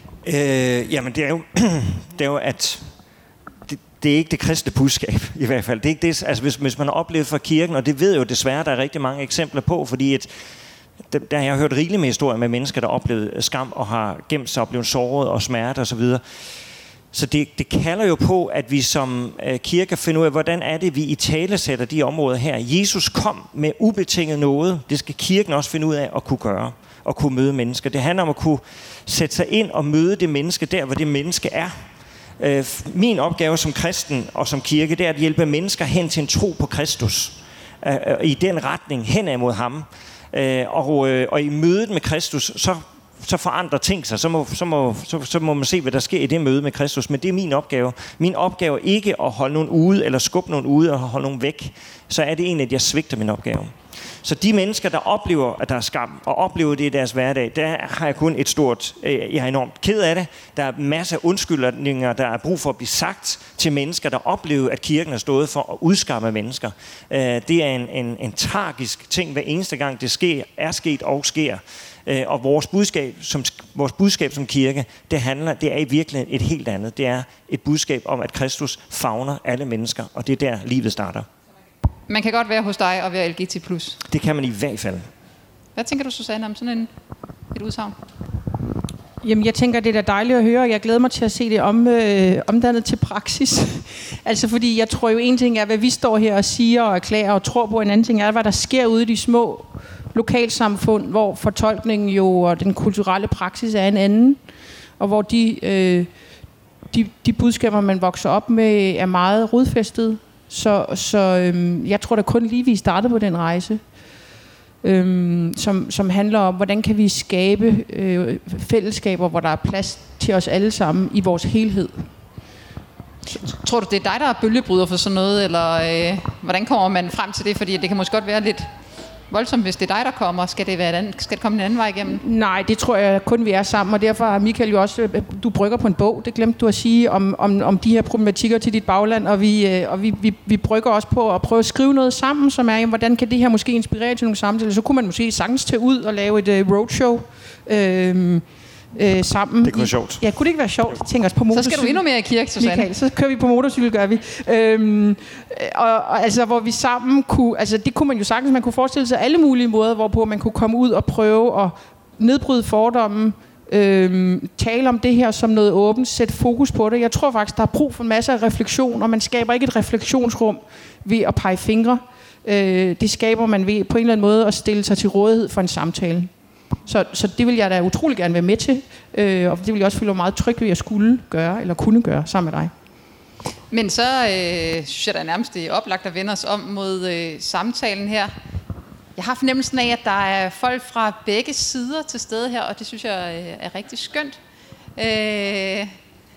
Øh, jamen det er jo, det er jo at det, det er ikke det kristne budskab i hvert fald. Det er ikke det, altså hvis, hvis man har oplevet fra kirken, og det ved jo desværre, der er rigtig mange eksempler på, fordi et der har jeg hørt rigeligt med historier med mennesker, der har oplevet skam og har gemt sig og blevet såret og smerte og så videre. Så det, det kalder jo på, at vi som øh, kirke finder ud af, hvordan er det, vi i tale sætter de områder her. Jesus kom med ubetinget noget. Det skal kirken også finde ud af at kunne gøre og kunne møde mennesker. Det handler om at kunne sætte sig ind og møde det menneske der, hvor det menneske er. Øh, min opgave som kristen og som kirke, det er at hjælpe mennesker hen til en tro på Kristus. Øh, I den retning, hen imod ham. Øh, og, øh, og i mødet med Kristus, så, så forandrer ting sig. Så må, så, må, så, så må man se, hvad der sker i det møde med Kristus. Men det er min opgave. Min opgave er ikke at holde nogen ude, eller skubbe nogen ude og holde nogen væk. Så er det egentlig, at jeg svigter min opgave. Så de mennesker, der oplever, at der er skam, og oplever det i deres hverdag, der har jeg kun et stort... Øh, jeg er enormt ked af det. Der er masser af undskyldninger, der er brug for at blive sagt til mennesker, der oplever, at kirken er stået for at udskamme mennesker. Øh, det er en, en, en tragisk ting, hver eneste gang det sker, er sket og sker. Øh, og vores budskab, som, vores budskab som kirke, det, handler, det er i virkeligheden et helt andet. Det er et budskab om, at Kristus favner alle mennesker, og det er der, livet starter. Man kan godt være hos dig og være L G T plus. Det kan man i hvert fald. Hvad tænker du, Susanne, om sådan en, et udsagn? Jamen, jeg tænker, det er da dejligt at høre, og jeg glæder mig til at se det om, øh, omdannet til praksis. Altså, fordi jeg tror jo, en ting er, hvad vi står her og siger og erklærer og tror på, en anden ting er, hvad der sker ude i de små lokalsamfund, hvor fortolkningen jo og den kulturelle praksis er en anden, og hvor de, øh, de, de budskaber, man vokser op med, er meget rodfæstet. Så, så øhm, jeg tror da kun lige, vi startede på den rejse, øhm, som, som handler om, hvordan kan vi skabe øh, fællesskaber, hvor der er plads til os alle sammen i vores helhed. Tror du, det er dig, der er bølgebryder for sådan noget, eller øh, hvordan kommer man frem til det? Fordi det kan måske godt være lidt voldsomt, hvis det er dig, der kommer. Skal det, være et andet, skal det komme en anden vej igennem? Nej, det tror jeg kun, vi er sammen, og derfor har Michael jo også, du brygger på en bog, det glemte du at sige, om, om, om de her problematikker til dit bagland, og vi, og vi, vi, vi brygger også på at prøve at skrive noget sammen, som er, jamen, hvordan kan det her måske inspirere til nogle samtaler? Så kunne man måske sagtens tage ud og lave et uh, roadshow, øh, Øh, sammen. Det kunne være sjovt. Ja, kunne det ikke være sjovt? Tænk os på motorcykel. Så skal du endnu mere i kirke, Susanne. Michael, så kører vi på motorcykel, gør vi. Øhm, og, og altså, hvor vi sammen kunne, altså det kunne man jo sagtens, man kunne forestille sig alle mulige måder, hvorpå man kunne komme ud og prøve at nedbryde fordommen, øhm, tale om det her som noget åbent, sætte fokus på det. Jeg tror faktisk, der er brug for en masse af refleksion, og man skaber ikke et refleksionsrum ved at pege fingre. Øh, det skaber man ved på en eller anden måde at stille sig til rådighed for en samtale. Så, så det vil jeg da utrolig gerne være med til, øh, og det vil jeg også føle mig meget tryg ved, at jeg skulle gøre, eller kunne gøre sammen med dig. Men så øh, synes jeg da nærmest, det er oplagt at vende os om mod øh, samtalen her. Jeg har fornemmelsen af, at der er folk fra begge sider til stede her, og det synes jeg øh, er rigtig skønt. Øh,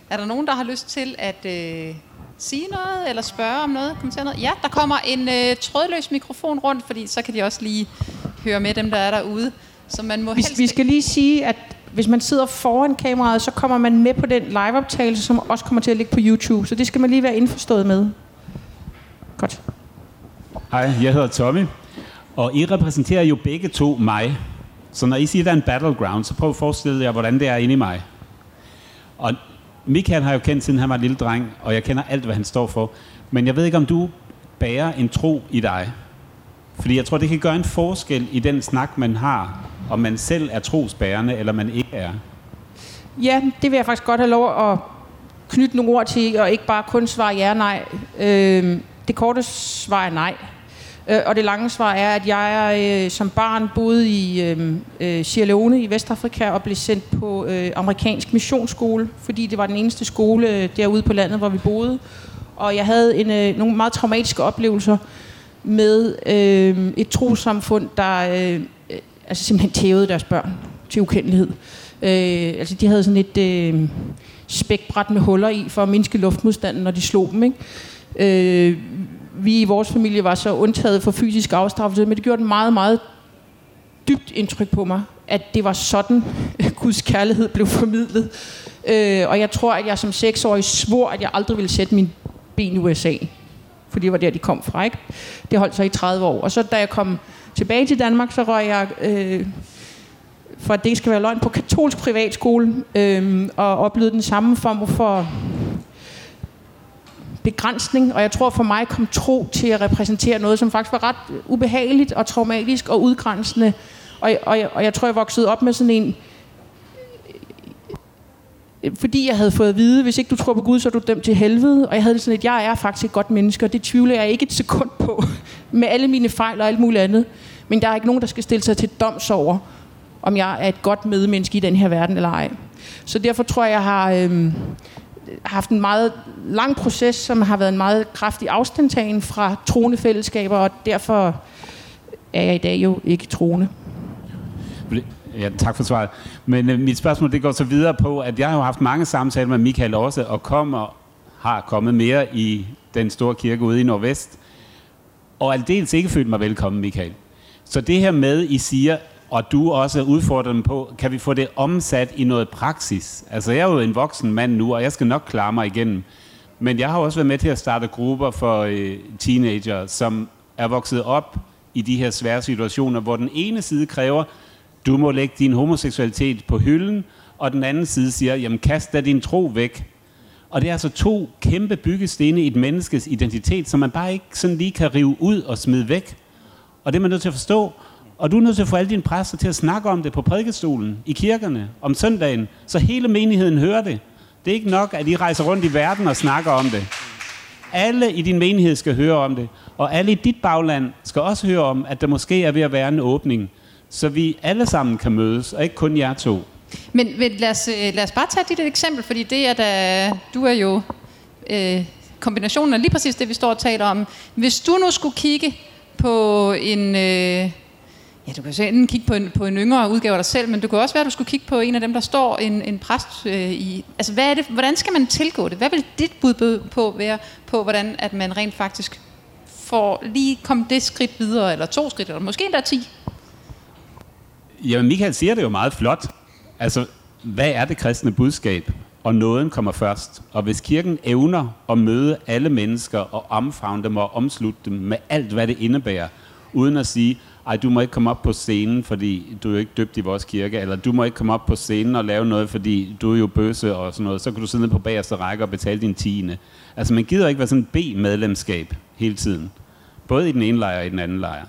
Er der nogen, der har lyst til at øh, sige noget, eller spørge om noget, kommentere noget? Ja, der kommer en øh, trådløs mikrofon rundt, fordi så kan de også lige høre med dem, der er derude. Så man må vi, helst... vi skal lige sige, at hvis man sidder foran kameraet, så kommer man med på den liveoptagelse, som også kommer til at ligge på YouTube. Så det skal man lige være indforstået med. Godt. Hej, jeg hedder Tommy, og I repræsenterer jo begge to mig. Så når I siger, at der er en battleground, så prøv at forestille jer, hvordan det er inde i mig. Og Michael har jeg jo kendt, siden han var en lille dreng, og jeg kender alt, hvad han står for. Men jeg ved ikke, om du bærer en tro i dig. Fordi jeg tror, det kan gøre en forskel i den snak, man har, om man selv er trosbærende, eller man ikke er. Ja, det vil jeg faktisk godt have lov at knytte nogle ord til, og ikke bare kun svare ja og nej. Øh, det korte svar er nej. Øh, og det lange svar er, at jeg øh, som barn boede i øh, Sierra Leone i Vestafrika og blev sendt på øh, amerikansk missionsskole, fordi det var den eneste skole derude på landet, hvor vi boede. Og jeg havde en, øh, nogle meget traumatiske oplevelser med øh, et trossamfund, der øh, altså simpelthen tævede deres børn til ukendelighed. Øh, altså de havde sådan et øh, spækbræt med huller i for at mindske luftmodstanden, når de slog dem, ikke? Øh, vi i vores familie var så undtaget for fysisk afstraffelse, men det gjorde et meget, meget dybt indtryk på mig, at det var sådan, Guds kærlighed blev formidlet. Øh, og jeg tror, at jeg som seksårig svor, at jeg aldrig ville sætte min ben i U S A. For det var der, de kom fra, ikke? Det holdt sig i tredive år. Og så da jeg kom tilbage til Danmark, så røg jeg, øh, for at det ikke skal være løgn, på katolsk privatskole, øh, og oplevede den samme form for begrænsning. Og jeg tror for mig kom tro til at repræsentere noget, som faktisk var ret ubehageligt og traumatisk og udgrænsende. Og, og, og jeg tror, jeg voksede op med sådan en... Fordi jeg havde fået at vide, hvis ikke du tror på Gud, så er du dømt til helvede. Og jeg havde det sådan, at jeg er faktisk et godt menneske, og det tvivler jeg ikke et sekund på. Med alle mine fejl og alt muligt andet. Men der er ikke nogen, der skal stille sig til doms over, om jeg er et godt medmenneske i den her verden eller ej. Så derfor tror jeg, jeg har øh, haft en meget lang proces, som har været en meget kraftig afstandtagen fra troende fællesskaber, og derfor er jeg i dag jo ikke troende. Ja, tak for svaret. Men øh, mit spørgsmål det går så videre på, at jeg har jo haft mange samtaler med Michael også, og kommer, har kommet mere i den store kirke ude i Nordvest, og aldeles ikke følt mig velkommen, Michael. Så det her med, I siger, og du også udfordrer dem på, kan vi få det omsat i noget praksis? Altså, jeg er jo en voksen mand nu, og jeg skal nok klare mig igennem. Men jeg har også været med til at starte grupper for øh, teenager, som er vokset op i de her svære situationer, hvor den ene side kræver, du må lægge din homoseksualitet på hylden, og den anden side siger, jamen kast da din tro væk. Og det er altså to kæmpe byggestene i et menneskes identitet, som man bare ikke sådan lige kan rive ud og smide væk. Og det er man nødt til at forstå. Og du er nødt til at få alle dine præster til at snakke om det på prædikestolen, i kirkerne, om søndagen, så hele menigheden hører det. Det er ikke nok, at I rejser rundt i verden og snakker om det. Alle i din menighed skal høre om det, og alle i dit bagland skal også høre om, at der måske er ved at være en åbning, så vi alle sammen kan mødes, og ikke kun jer to. Men, men lad, os, lad os bare tage dit et eksempel, fordi det er da, du er jo øh, kombinationen af lige præcis det, vi står og taler om. Hvis du nu skulle kigge på en... Øh, ja, du kan jo enten kigge på en, på en yngre udgave af dig selv, men du kan også være, at du skulle kigge på en af dem, der står en, en præst øh, i... Altså, hvad er det, hvordan skal man tilgå det? Hvad vil dit bud på være på, hvordan at man rent faktisk får lige komme det skridt videre, eller to skridt, eller måske endda ti? Jamen, Michael siger det jo meget flot. Altså, hvad er det kristne budskab? Og nåden kommer først. Og hvis kirken evner at møde alle mennesker og omfavne dem og omslutte dem med alt, hvad det indebærer, uden at sige, ej, du må ikke komme op på scenen, fordi du er jo ikke døbt i vores kirke, eller du må ikke komme op på scenen og lave noget, fordi du er jo bøsse og sådan noget, så kan du sidde ned på bagerste række og betale din tiende. Altså, man gider ikke være sådan en B-medlemskab hele tiden. Både i den ene lejr og i den anden lejr.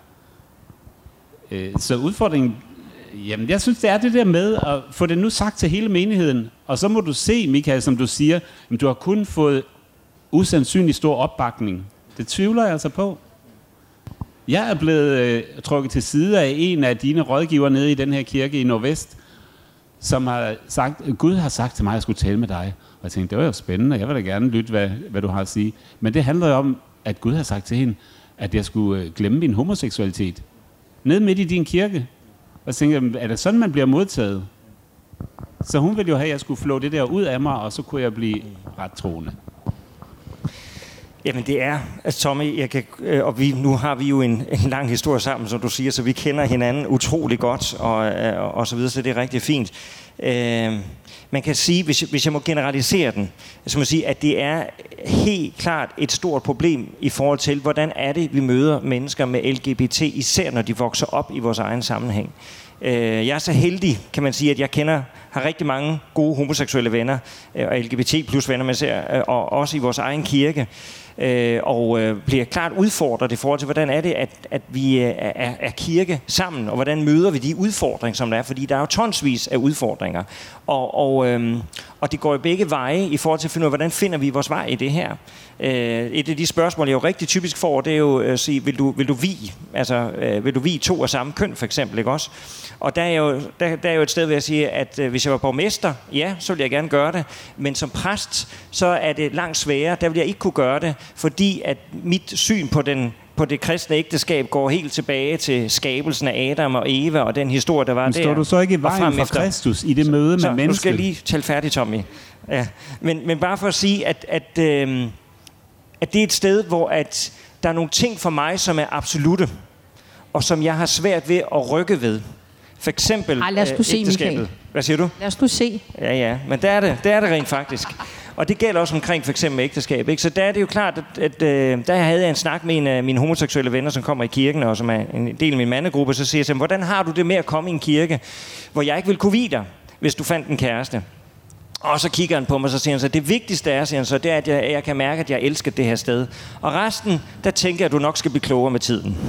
Så udfordringen, jamen jeg synes, det er det der med at få det nu sagt til hele menigheden, og så må du se, Michael, som du siger, jamen, du har kun fået usandsynlig stor opbakning. Det tvivler jeg altså på. Jeg er blevet øh, trukket til side af en af dine rådgiver nede i den her kirke i Nordvest, som har sagt, Gud har sagt til mig, at jeg skulle tale med dig. Og jeg tænkte, det var jo spændende, jeg vil da gerne lytte, hvad, hvad du har at sige. Men det handler jo om, at Gud har sagt til hende, at jeg skulle øh, glemme min homoseksualitet. Nede midt i din kirke. Og så tænkte jeg, er det sådan, man bliver modtaget? Så hun ville jo have, at jeg skulle flå det der ud af mig, og så kunne jeg blive ret troende. Jamen det er, altså Tommy, jeg kan, øh, og vi, nu har vi jo en, en lang historie sammen, som du siger, så vi kender hinanden utrolig godt, og, øh, og så videre, så det er rigtig fint. Øh, man kan sige, hvis, hvis jeg må generalisere den, så må jeg sige, at det er helt klart et stort problem i forhold til, hvordan er det, vi møder mennesker med L G B T, især når de vokser op i vores egen sammenhæng. Jeg er så heldig, kan man sige, at jeg kender, har rigtig mange gode homoseksuelle venner, og L G B T plus venner, man ser, og også i vores egen kirke, og bliver klart udfordret i forhold til, hvordan er det, at, at vi er, er kirke sammen, og hvordan møder vi de udfordringer, som der er, fordi der er jo tonsvis af udfordringer, og, og, øhm, og det går jo begge veje i forhold til at finde ud af, hvordan finder vi vores vej i det her. Et af de spørgsmål, jeg jo rigtig typisk får, det er jo at sige, vil du, vil du vie? Altså, vil du vie to af samme køn, for eksempel, ikke også? Og der er jo, der, der er jo et sted, hvor jeg siger, at hvis jeg var borgmester, ja, så ville jeg gerne gøre det, men som præst, så er det langt sværere, der vil jeg ikke kunne gøre det, fordi at mit syn på den på det kristne ægteskab går helt tilbage til skabelsen af Adam og Eva og den historie, der var men der. Står du så ikke i vejen for Kristus i det så, møde med så, mennesket? Nu skal jeg lige tale færdigt, Tommy. Ja. Men, men bare for at sige, at, at, øh, at det er et sted, hvor at der er nogle ting for mig, som er absolutte, og som jeg har svært ved at rykke ved. For eksempel Ej, lad os nu se, Michael. Hvad siger du? Lad os nu se. Ja, ja, men der er det, der er det rent faktisk. Og det gælder også omkring for eksempel ægteskab, ikke? Så der er det jo klart, at, at, at der havde jeg en snak med en af mine homoseksuelle venner, som kommer i kirken, og som er en del af min mandegruppe, så siger jeg til dem, hvordan har du det med at komme i en kirke, hvor jeg ikke vil kunne vie dig, hvis du fandt en kæreste? Og så kigger han på mig, så siger han så, det vigtigste er, siger han så, det er, at jeg, jeg kan mærke, at jeg elsker det her sted. Og resten, der tænker jeg, at du nok skal blive klogere med tiden.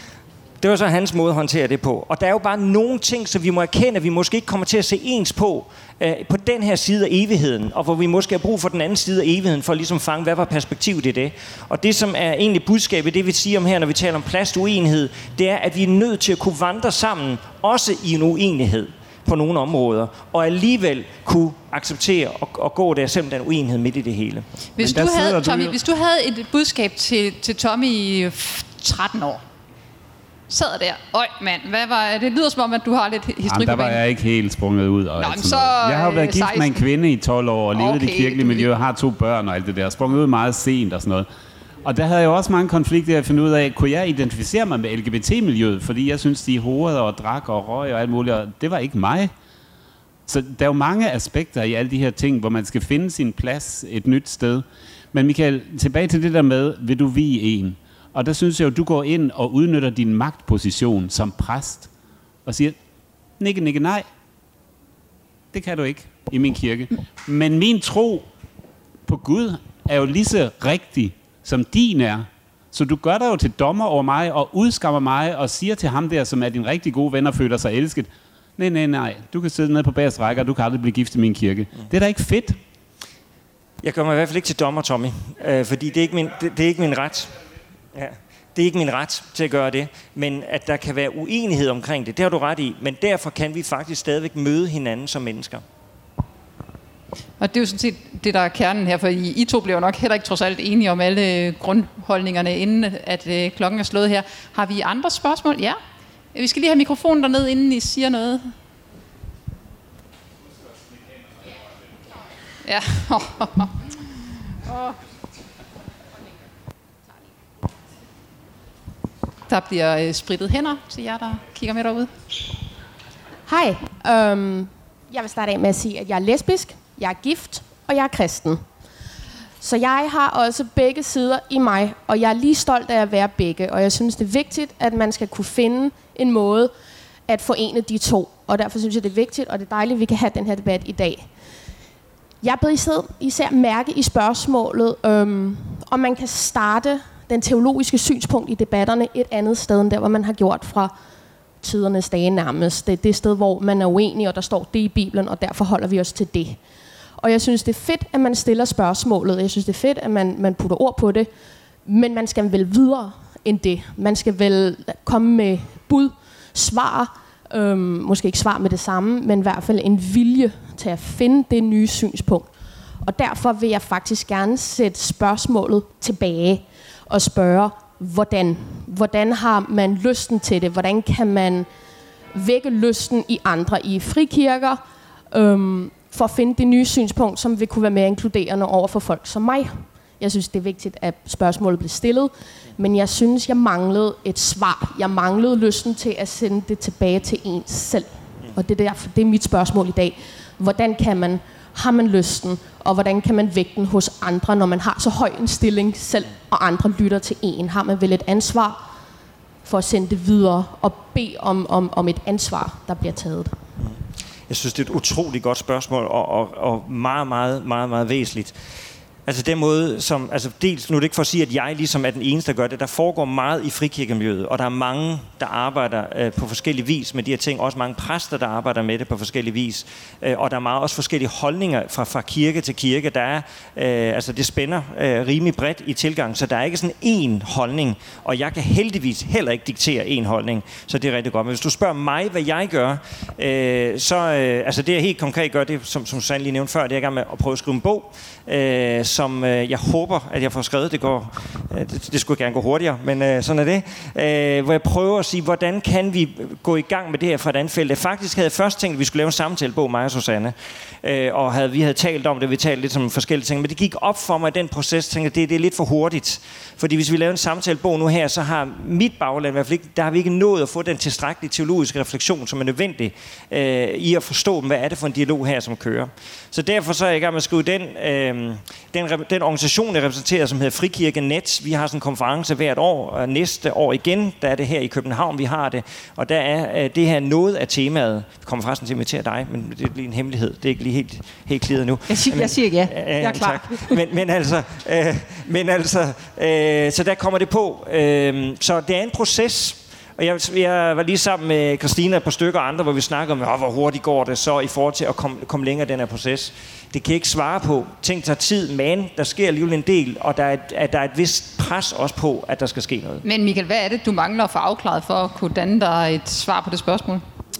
Det var så hans måde at håndtere det på. Og der er jo bare nogle ting, som vi må erkende, at vi måske ikke kommer til at se ens på, øh, på den her side af evigheden, og hvor vi måske har brug for den anden side af evigheden, for at ligesom fange, hvad var perspektivet i det. Og det, som er egentlig budskabet, det vi siger om her, når vi taler om plads til uenighed, det er, at vi er nødt til at kunne vandre sammen, også i en uenighed på nogle områder, og alligevel kunne acceptere og, og gå der, selvom der er en uenighed midt i det hele. Hvis du havde, Tommy, hvis du havde et budskab til, til Tommy i tretten år, sad der. Øj, mand, hvad var det? lyder som om, at du har lidt historik. Jamen, der var jeg ikke helt sprunget ud. Og Nå, alt så, jeg har været gift seksten med en kvinde i tolv år, og levet okay, i det kirkelige miljø, og har to børn og alt det der. Sprunget ud meget sent og sådan noget. Og der havde jeg jo også mange konflikter at finde ud af, kunne jeg identificere mig med L G B T-miljøet, fordi jeg synes, de horede og drak og røg og alt muligt, og det var ikke mig. Så der er jo mange aspekter i alle de her ting, hvor man skal finde sin plads et nyt sted. Men Michael, tilbage til det der med, vil du vie en? Og der synes jeg jo, du går ind og udnytter din magtposition som præst og siger, nikke, nikke, nej. Det kan du ikke i min kirke. Men min tro på Gud er jo lige så rigtig, som din er. Så du gør dig jo til dommer over mig og udskammer mig og siger til ham der, som er din rigtig gode ven og føler sig elsket, nej, nej, nej, du kan sidde nede på bagerste række, og du kan aldrig blive gift i min kirke. Det er da ikke fedt. Jeg gør mig i hvert fald ikke til dommer, Tommy, øh, fordi det er, ikke min, det, det er ikke min ret. Ja. Det er ikke min ret til at gøre det, men at der kan være uenighed omkring det, det har du ret i, men derfor kan vi faktisk stadigvæk møde hinanden som mennesker. Og det er jo sådan set det, der er kernen her, for I, I to bliver nok heller ikke trods alt enige om alle grundholdningerne, inden at øh, klokken er slået her. Har vi andre spørgsmål? Ja. Vi skal lige have mikrofonen derned, inden I siger noget. Ja. Der bliver øh, sprittet hænder til jer, der kigger med derude. Hej. Um, jeg vil starte af med at sige, at jeg er lesbisk, jeg er gift, og jeg er kristen. Så jeg har også begge sider i mig, og jeg er lige stolt af at være begge. Og jeg synes, det er vigtigt, at man skal kunne finde en måde at forene de to. Og derfor synes jeg, det er vigtigt, og det er dejligt, at vi kan have den her debat i dag. Jeg er blevet især mærke i spørgsmålet, øhm, om man kan starte den teologiske synspunkt i debatterne et andet sted, end der, hvor man har gjort fra tidernes dage nærmest. Det er det sted, hvor man er uenig, og der står det i Bibelen, og derfor holder vi os til det. Og jeg synes, det er fedt, at man stiller spørgsmålet. Jeg synes, det er fedt, at man, man putter ord på det. Men man skal vel videre end det. Man skal vel komme med bud, svar. Øhm, måske ikke svar med det samme, men i hvert fald en vilje til at finde det nye synspunkt. Og derfor vil jeg faktisk gerne sætte spørgsmålet tilbage og spørge, hvordan? Hvordan har man lysten til det? Hvordan kan man vække lysten i andre i frikirker? øhm, for at finde det nye synspunkt, som vil kunne være mere inkluderende over for folk som mig. Jeg synes, det er vigtigt, at spørgsmålet bliver stillet, men jeg synes, jeg manglede et svar. Jeg manglede lysten til at sende det tilbage til en selv. Og det er, derfor, det er mit spørgsmål i dag. Hvordan kan man, har man lysten, og hvordan kan man vægte den hos andre, når man har så høj en stilling selv, og andre lytter til en? Har man vel et ansvar for at sende det videre, og bede om, om, om et ansvar, der bliver taget? Jeg synes, det er et utroligt godt spørgsmål, og, og, og meget, meget, meget, meget væsentligt. Altså den måde, som, altså dels, nu er det ikke for at sige, at jeg ligesom er den eneste, der gør det. Der foregår meget i frikirkemiljøet, og der er mange, der arbejder øh, på forskellige vis med de her ting. Også mange præster, der arbejder med det på forskellige vis. Øh, og der er meget også forskellige holdninger fra, fra kirke til kirke. Der er, øh, altså det spænder øh, rimelig bredt i tilgang, så der er ikke sådan én holdning. Og jeg kan heldigvis heller ikke diktere én holdning, så det er rigtig godt. Men hvis du spørger mig, hvad jeg gør, øh, så øh, altså det jeg helt konkret gør, det som, som Susanne lige nævnte før, det er i gang med at prøve at skrive en bog, øh, som øh, jeg håber, at jeg får skrevet. Det går, øh, det, det skulle gerne gå hurtigere, men øh, sådan er det. Øh, hvor jeg prøver at sige, hvordan kan vi gå i gang med det her fra et andet felt. Faktisk havde jeg først tænkt, at vi skulle lave en samtalebog, mig og Susanne, øh, og havde, vi havde talt om det, vi talte lidt om forskellige ting, men det gik op for mig i den proces, tænkte jeg, det, det er lidt for hurtigt. Fordi hvis vi laver en samtalebog nu her, så har mit bagland i hvert fald ikke, der har vi ikke nået at få den tilstrækkelige teologiske refleksion, som er nødvendig øh, i at forstå, hvad er det for en dialog her, som kører. Så derfor så er jeg i gang med at skrive den, øh, den, den organisation, jeg repræsenterer, som hedder Frikirke Net. Vi har sådan en konference hvert år, og næste år igen, der er det her i København, vi har det. Og der er øh, det her noget af temaet. Vi kommer forresten til at invitere dig, men det bliver en hemmelighed. Det er ikke lige helt, helt clearet nu. Jeg siger, men, jeg siger ja. Jeg er klar. men, men altså, øh, men altså øh, så der kommer det på. Øh, så det er en proces. Og jeg, jeg var lige sammen med Christina et par stykker og andre, hvor vi snakker om, hvor hurtigt går det så i forhold til at komme, komme længere i den her proces. Det kan jeg ikke svare på. Ting tager tid, men der sker alligevel en del, og der er, at der er et vist pres også på, at der skal ske noget. Men Michael, hvad er det, du mangler at få afklaret for at kunne danne dig et svar på det spørgsmål?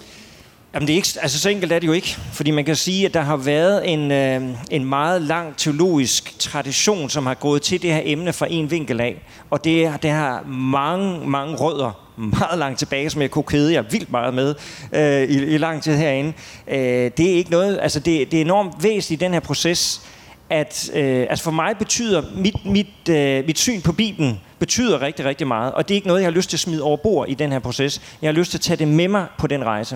Jamen det er ikke, altså så enkelt er det jo ikke, fordi man kan sige, at der har været en, øh, en meget lang teologisk tradition, som har gået til det her emne fra en vinkel af, og det, det har mange, mange rødder, meget langt tilbage, som jeg kunne kede jer vildt meget med øh, i, i lang tid herinde. Øh, det er ikke noget, altså det, det er enormt væsentligt i den her proces, at øh, altså for mig betyder mit, mit, øh, mit syn på Bibelen betyder rigtig, rigtig meget, og det er ikke noget, jeg har lyst til at smide over bord i den her proces. Jeg har lyst til at tage det med mig på den rejse.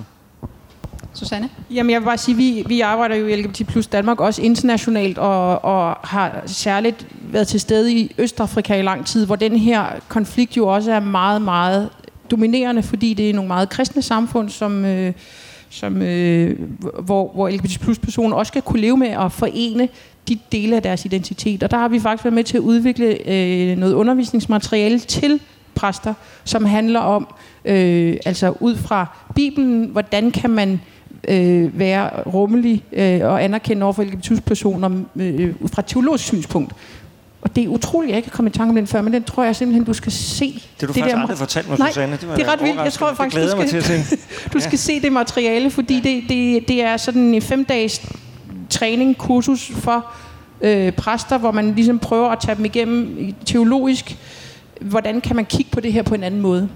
Susanne? Jamen jeg vil bare sige, vi, vi arbejder jo i L G B T plus Danmark også internationalt, og, og har særligt været til stede i Østafrika i lang tid, hvor den her konflikt jo også er meget, meget dominerende, fordi det er nogle meget kristne samfund, som, øh, som, øh, hvor, hvor L G B T plus personer også skal kunne leve med at forene de dele af deres identitet. Og der har vi faktisk været med til at udvikle øh, noget undervisningsmateriale til præster, som handler om, øh, altså ud fra Bibelen, hvordan kan man øh, være rummelig øh, og anerkende over for L G B T personer øh, ud fra et teologisk synspunkt. Og det er utroligt, jeg ikke kan komme i tanke om den før, men den tror jeg simpelthen, du skal se. Det har du det faktisk der, aldrig fortalt mig, nej, Susanne. Det, var det er ret vildt. Jeg tror faktisk, du skal, til du skal ja. se det materiale, fordi det, det, det er sådan en fem dages træning, kursus for øh, præster, hvor man ligesom prøver at tage dem igennem teologisk. Hvordan kan man kigge på det her på en anden måde?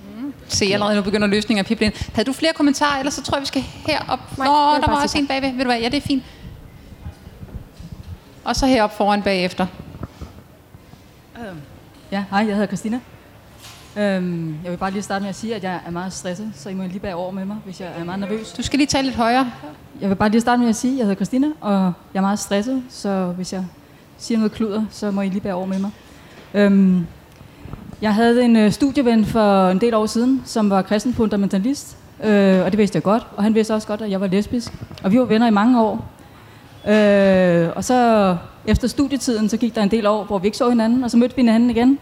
Se, allerede nu begynder løsningen af piblen. Havde du flere kommentarer, ellers så tror jeg, vi skal herop. Nej, Nå, der var bare også en bagved. Ved du hvad? Ja, det er fint. Og så herop foran bagefter. Ja, hej, jeg hedder Christina. Øhm, jeg vil bare lige starte med at sige, at jeg er meget stresset, så I må lige bære over med mig, hvis jeg er meget nervøs. Du skal lige tale lidt højere. Jeg vil bare lige starte med at sige, at jeg hedder Christina, og jeg er meget stresset, så hvis jeg siger noget kluder, så må I lige bære over med mig. Øhm, jeg havde en øh, studieven for en del år siden, som var kristen fundamentalist, øh, og det vidste jeg godt, og han vidste også godt, at jeg var lesbisk, og vi var venner i mange år. Øh, og så efter studietiden, så gik der en del år, hvor vi ikke så hinanden, og så mødte vi hinanden igen.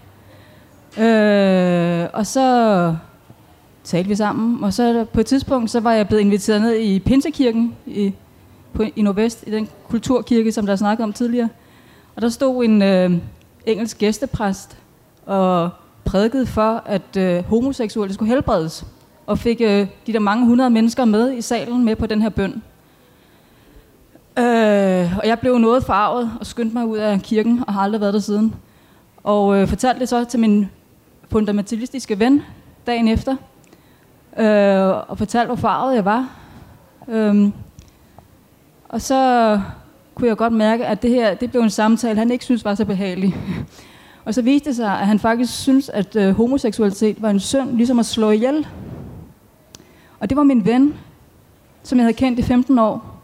Øh, og så talte vi sammen, og så på et tidspunkt, så var jeg blevet inviteret ned i Pinsekirken i, på, i Nordvest, i den kulturkirke, som der snakkede om tidligere. Og der stod en øh, engelsk gæstepræst og prædikede for, at øh, homoseksuelle skulle helbredes, og fik øh, de der mange hundrede mennesker med i salen med på den her bøn. Øh, og jeg blev noget forarvet og skyndte mig ud af kirken, og har aldrig været der siden. Og øh, fortalte det så til min fundamentalistiske ven dagen efter, øh, og fortalte, hvor forarvet jeg var. Øh, Og så kunne jeg godt mærke, at det her det blev en samtale, han ikke synes var så behagelig. Og så viste det sig, at han faktisk synes, at øh, homoseksualitet var en synd, ligesom at slå ihjel. Og det var min ven, som jeg havde kendt i femten år.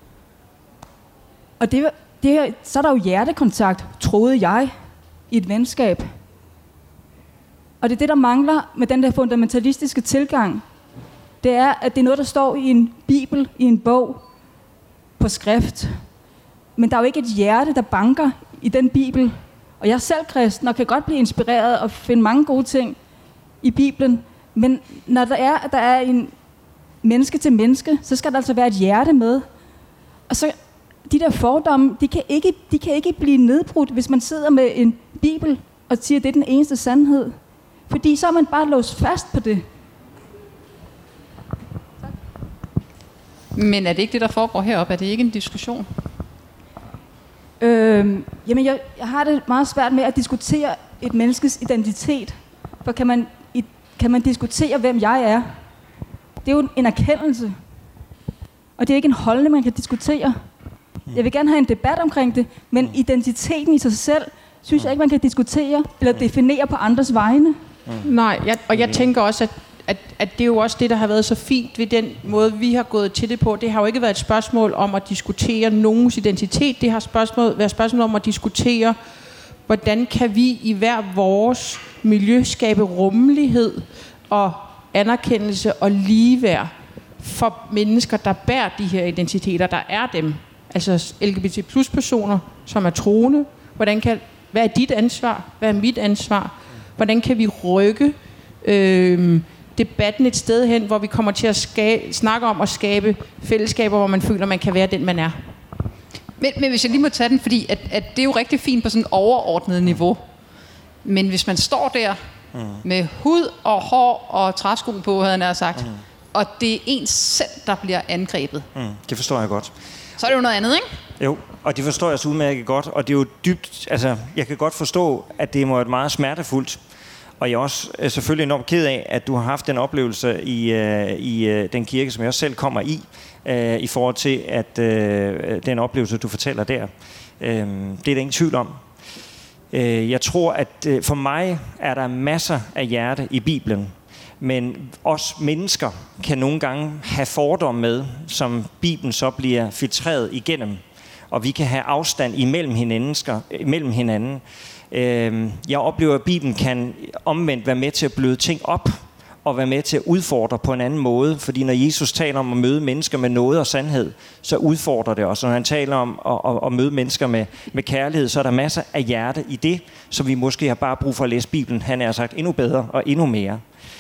Og det, det, så er der jo hjertekontakt, troede jeg, i et venskab. Og det er det, der mangler med den der fundamentalistiske tilgang. Det er, at det er noget, der står i en bibel, i en bog, på skrift. Men der er jo ikke et hjerte, der banker i den bibel. Og jeg er selv kristen, og kan godt blive inspireret og finde mange gode ting i Bibelen. Men når der er, der er en menneske til menneske, så skal der altså være et hjerte med. Og så de der fordomme, de kan ikke, de kan ikke blive nedbrudt, hvis man sidder med en Bibel og siger, at det er den eneste sandhed. Fordi så er man bare låst fast på det. Men er det ikke det, der foregår heroppe? Er det ikke en diskussion? Øhm, jamen, jeg, jeg har det meget svært med at diskutere et menneskes identitet. For kan man, i, kan man diskutere, hvem jeg er? Det er jo en erkendelse. Og det er ikke en holdning, man kan diskutere. Jeg vil gerne have en debat omkring det, men identiteten i sig selv, synes jeg ikke, man kan diskutere eller definere på andres vegne. Nej, jeg, og jeg tænker også, at, at, at det er jo også det, der har været så fint ved den måde, vi har gået til det på. Det har jo ikke været et spørgsmål om at diskutere nogens identitet. Det har spørgsmål, været et spørgsmål om at diskutere, hvordan kan vi i hver vores miljø skabe rummelighed og anerkendelse og ligeværd for mennesker, der bærer de her identiteter, der er dem. Altså L G B T plus personer, som er troende. Hvordan kan, hvad er dit ansvar? Hvad er mit ansvar? Hvordan kan vi rykke øh, debatten et sted hen, hvor vi kommer til at skabe, snakke om at skabe fællesskaber, hvor man føler, man kan være den, man er? Men, men hvis jeg lige må tage den, fordi at, at det er jo rigtig fint på sådan et overordnet niveau. Men hvis man står der mm. med hud og hår og træsko på, havde jeg nær sagt, mm. og det er ens selv, der bliver angrebet. Mm, det forstår jeg godt. Så er det jo noget andet, ikke? Jo, og det forstår jeg så udmærket godt, og det er jo dybt, altså jeg kan godt forstå, at det må være meget smertefuldt, og jeg er også er selvfølgelig enormt ked af, at du har haft den oplevelse i, uh, i uh, den kirke, som jeg også selv kommer i, uh, i forhold til at uh, den oplevelse, du fortæller der. Uh, det er der ingen tvivl om. Uh, jeg tror, at uh, for mig er der masser af hjerte i Bibelen, men os mennesker kan nogle gange have fordomme med, som Bibelen så bliver filtreret igennem. Og vi kan have afstand imellem hinanden. Imellem hinanden. Jeg oplever, at Bibelen kan omvendt være med til at bløde ting op, og være med til at udfordre på en anden måde. Fordi når Jesus taler om at møde mennesker med noget og sandhed, så udfordrer det også. Når han taler om at, at, at møde mennesker med, med kærlighed, så er der masser af hjerte i det, som vi måske har bare brug for at læse Bibelen. Han er sagt endnu bedre og endnu mere.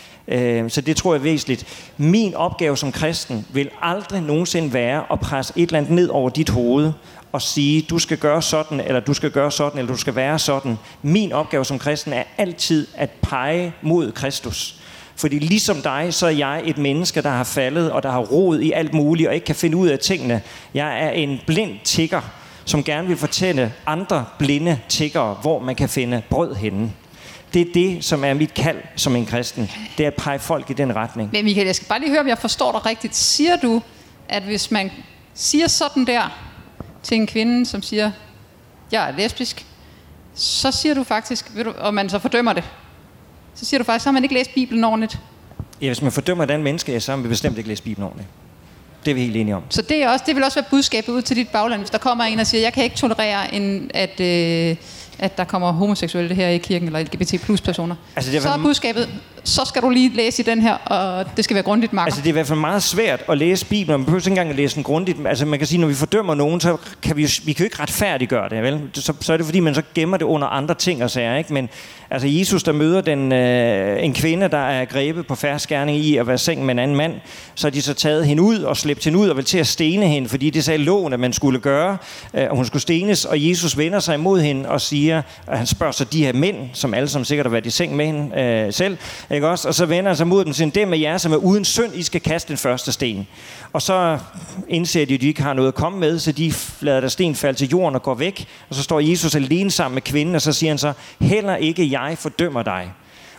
Så det tror jeg er væsentligt. Min opgave som kristen vil aldrig nogensinde være at presse et eller andet ned over dit hoved og sige, du skal gøre sådan, eller du skal gøre sådan, eller du skal være sådan. Min opgave som kristen er altid at pege mod Kristus. Fordi ligesom dig, så er jeg et menneske, der har faldet, og der har rod i alt muligt, og ikke kan finde ud af tingene. Jeg er en blind tigger, som gerne vil fortælle andre blinde tiggere, hvor man kan finde brød henne. Det er det, som er mit kald som en kristen. Det er at pege folk i den retning. Men Michael, jeg skal bare lige høre, om jeg forstår dig rigtigt. Siger du, at hvis man siger sådan der til en kvinde, som siger, jeg er lesbisk, så siger du faktisk, ved du, og man så fordømmer det, så siger du faktisk, så har man ikke læst Bibelen ordentligt? Ja, hvis man fordømmer den menneske, så har man bestemt ikke læst Bibelen ordentligt. Det er vi helt enige om. Så det, er også, det vil også være budskabet ud til dit bagland, hvis der kommer en og siger, jeg kan ikke tolerere, en, at, øh, at der kommer homoseksuelle her i kirken, eller L G B T plus personer. Altså, det er så er budskabet, så skal du lige læse i den her, og det skal være grundigt, Marco. Altså det er i hvert fald meget svært at læse Bibelen, man behøver ikke engang at læse den grundigt. Altså man kan sige, når vi fordømmer nogen, så kan vi jo, vi kan jo ikke retfærdiggøre det, vel? Så, så er det fordi, man så gemmer det under andre ting og sager, ikke? Men altså Jesus, der møder den, øh, en kvinde, der er grebet på fersk gerning i at være seng med en anden mand, så har de så taget hende ud og slæbt hende ud og vil til at stene hende, fordi det sagde loven, at man skulle gøre, øh, og hun skulle stenes, og Jesus vender sig imod hende og siger, og han spørger så de her mænd, som alle som sikkert har været i seng med hende øh, selv, ikke også? Og så vender han sig mod dem og siger, det med jer, som er uden synd, I skal kaste den første sten. Og så indser de, at de ikke har noget at komme med, så de lader der sten falde til jorden og går væk. Og så står Jesus alene sammen med kvinden, og så siger han så, heller ikke jeg fordømmer dig.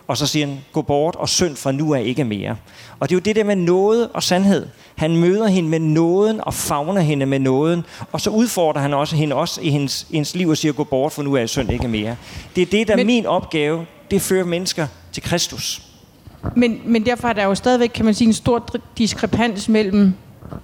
og så siger han, gå bort og synd fra nu af ikke mere. Og det er jo det der med nåde og sandhed. Han møder hende med nåden og favner hende med nåden, og så udfordrer han også hende også i hendes, hendes liv og siger, gå bort, for nu er synd ikke mere. Det er det, der er Men, min opgave, det fører mennesker til Kristus. Men, men derfor er der jo stadigvæk, kan man sige, en stor diskrepans mellem,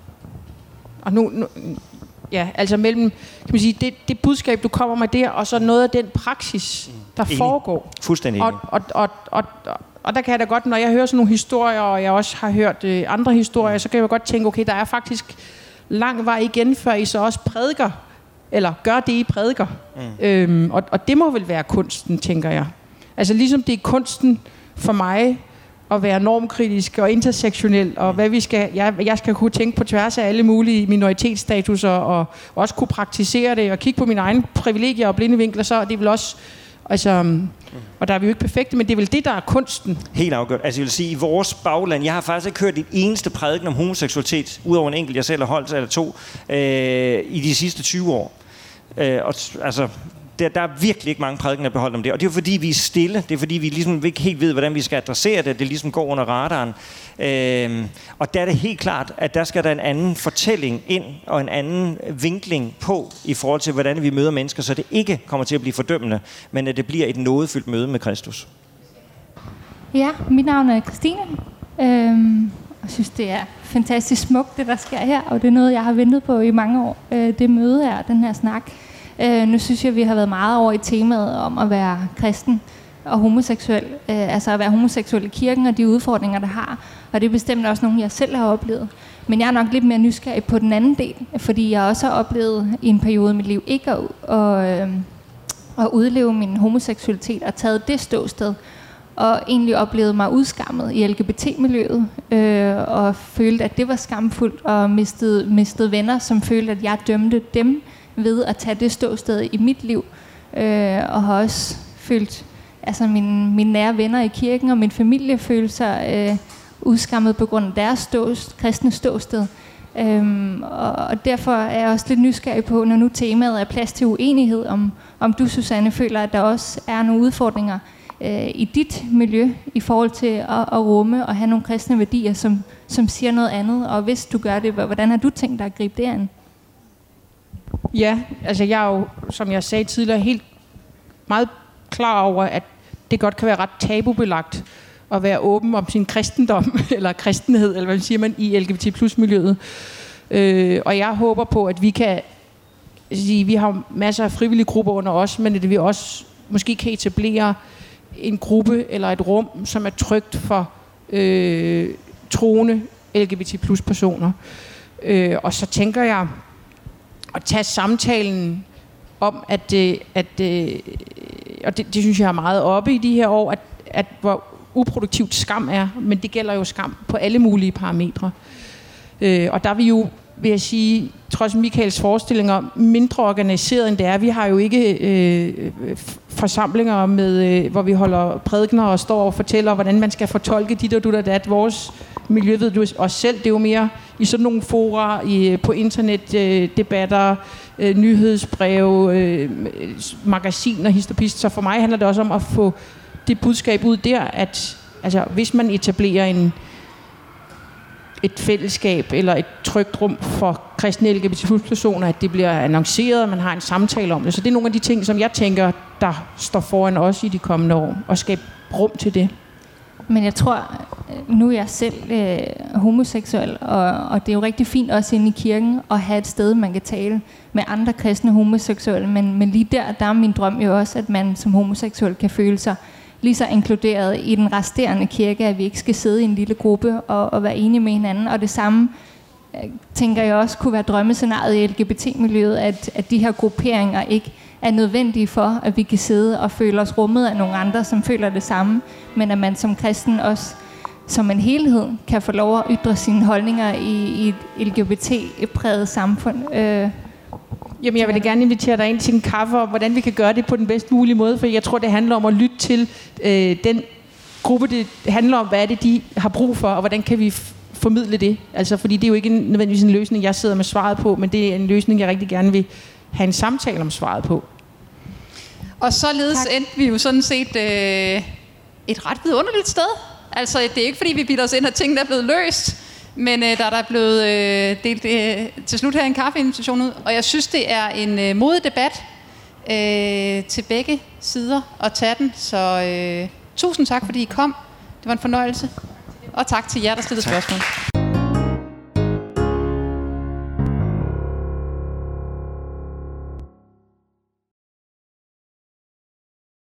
og nu, nu ja, altså mellem, kan man sige, det, det budskab, du kommer med der, og så noget af den praksis, der enig. foregår. Fuldstændig og, og, og, og, og, og der kan jeg da godt, når jeg hører sådan nogle historier, og jeg også har hørt øh, andre historier, så kan jeg godt tænke, okay, der er faktisk lang vej igen, før I så også prædiker, eller gør det, I prædiker. Mm. Øhm, og, og det må vel være kunsten, tænker jeg. Altså ligesom det er kunsten for mig, at være normkritisk og intersektionel, og hvad vi skal, jeg, jeg skal kunne tænke på tværs af alle mulige minoritetsstatuser, og også kunne praktisere det, og kigge på mine egne privilegier og blinde vinkler, så det er vel også, altså, og der er vi jo ikke perfekte, men det er vel det, der er kunsten. Helt afgjort. Altså jeg vil sige, i vores bagland, jeg har faktisk ikke hørt et eneste prædiken om homoseksualitet, udover en enkelt, jeg selv har holdt, eller to, øh, i de sidste tyve år. Øh, og altså... Der, der er virkelig ikke mange prædikener beholdt om det, og det er fordi, vi er stille. Det er fordi, vi ligesom ikke helt ved, hvordan vi skal adressere det. Det ligesom går under radaren. Øhm, og der er det helt klart, at der skal der en anden fortælling ind, og en anden vinkling på, i forhold til, hvordan vi møder mennesker, så det ikke kommer til at blive fordømmende, men at det bliver et nådefyldt møde med Kristus. Ja, mit navn er Christine. Øhm, jeg synes, det er fantastisk smukt, det der sker her, og det er noget, jeg har ventet på i mange år. Øh, det møde her, den her snak. Uh, nu synes jeg, vi har været meget over i temaet om at være kristen og homoseksuel. Uh, altså at være homoseksuel i kirken og de udfordringer, der har. Og det er bestemt også nogle, jeg selv har oplevet. Men jeg er nok lidt mere nysgerrig på den anden del, fordi jeg også har oplevet i en periode i mit liv ikke at, at, at udleve min homoseksualitet og taget det ståsted. Og egentlig oplevede mig udskammet i L G B T-miljøet, øh, og følte, at det var skamfuldt, og mistede, mistede venner, som følte, at jeg dømte dem ved at tage det ståsted i mit liv, øh, og har også følt, altså mine, mine nære venner i kirken og min familie følte sig øh, udskammet på grund af deres ståsted, kristne ståsted. Øhm, og, og derfor er jeg også lidt nysgerrig på, når nu temaet er plads til uenighed, om, om du, Susanne, føler, at der også er nogle udfordringer øh, i dit miljø i forhold til at, at rumme og have nogle kristne værdier, som, som siger noget andet, og hvis du gør det, hvordan har du tænkt dig at gribe det an? Ja, altså jeg er jo, som jeg sagde tidligere, helt meget klar over, at det godt kan være ret tabubelagt at være åben om sin kristendom, eller kristenhed, eller hvad siger man, i L G B T plus miljøet. Øh, og jeg håber på, at vi kan sige, vi har masser af frivillige grupper under os, men at vi også måske kan etablere en gruppe eller et rum, som er trygt for øh, troende L G B T plus personer. Øh, og så tænker jeg, at tage samtalen om, at, at og det, det synes jeg er meget oppe i de her år, at, at hvor uproduktivt skam er, men det gælder jo skam på alle mulige parametre. Øh, og der er vi jo, vil jeg sige, trods Michaels forestillinger, mindre organiseret end det er. Vi har jo ikke øh, forsamlinger, med, øh, hvor vi holder prædikener og står og fortæller, hvordan man skal fortolke dit og dut og dat. Vores miljø ved du også selv, det er jo mere i sådan nogle fora, i, på internetdebatter, øh, øh, nyhedsbreve, øh, magasiner, histopist. Så for mig handler det også om at få det budskab ud der, at altså, hvis man etablerer en, et fællesskab eller et trygt rum for kristne L G B T plus personer, at det bliver annonceret, og man har en samtale om det. Så det er nogle af de ting, som jeg tænker, der står foran os i de kommende år, og skabe rum til det. Men jeg tror, nu er jeg selv øh, homoseksuel, og, og det er jo rigtig fint også inde i kirken at have et sted, man kan tale med andre kristne homoseksuelle, men, men lige der, der er min drøm jo også, at man som homoseksuel kan føle sig lige så inkluderet i den resterende kirke, at vi ikke skal sidde i en lille gruppe og, og være enige med hinanden. Og det samme øh, tænker jeg også kunne være drømmescenariet i L G B T-miljøet, at, at de her grupperinger ikke er nødvendige for, at vi kan sidde og føle os rummet af nogle andre, som føler det samme, men at man som kristen også som en helhed kan få lov at ytre sine holdninger i, i et L G B T-præget samfund. Øh, Jamen, jeg vil da gerne invitere dig ind til en kaffe, og hvordan vi kan gøre det på den bedst mulige måde, for jeg tror, det handler om at lytte til øh, den gruppe, det handler om, hvad er det, de har brug for, og hvordan kan vi f- formidle det. Altså, fordi det er jo ikke nødvendigvis en løsning, jeg sidder med svaret på, men det er en løsning, jeg rigtig gerne vil have en samtale om svaret på. Og således tak. Endte vi jo sådan set øh, et ret vidunderligt sted. Altså, det er ikke fordi, vi bilder os ind, at tingene er blevet løst, men øh, der er der blevet øh, delt øh, til slut her en kaffeinvitation ud. Og jeg synes, det er en øh, modig debat øh, til begge sider at tage den. Så øh, tusind tak, fordi I kom. Det var en fornøjelse. Og tak til jer, der stillede spørgsmål.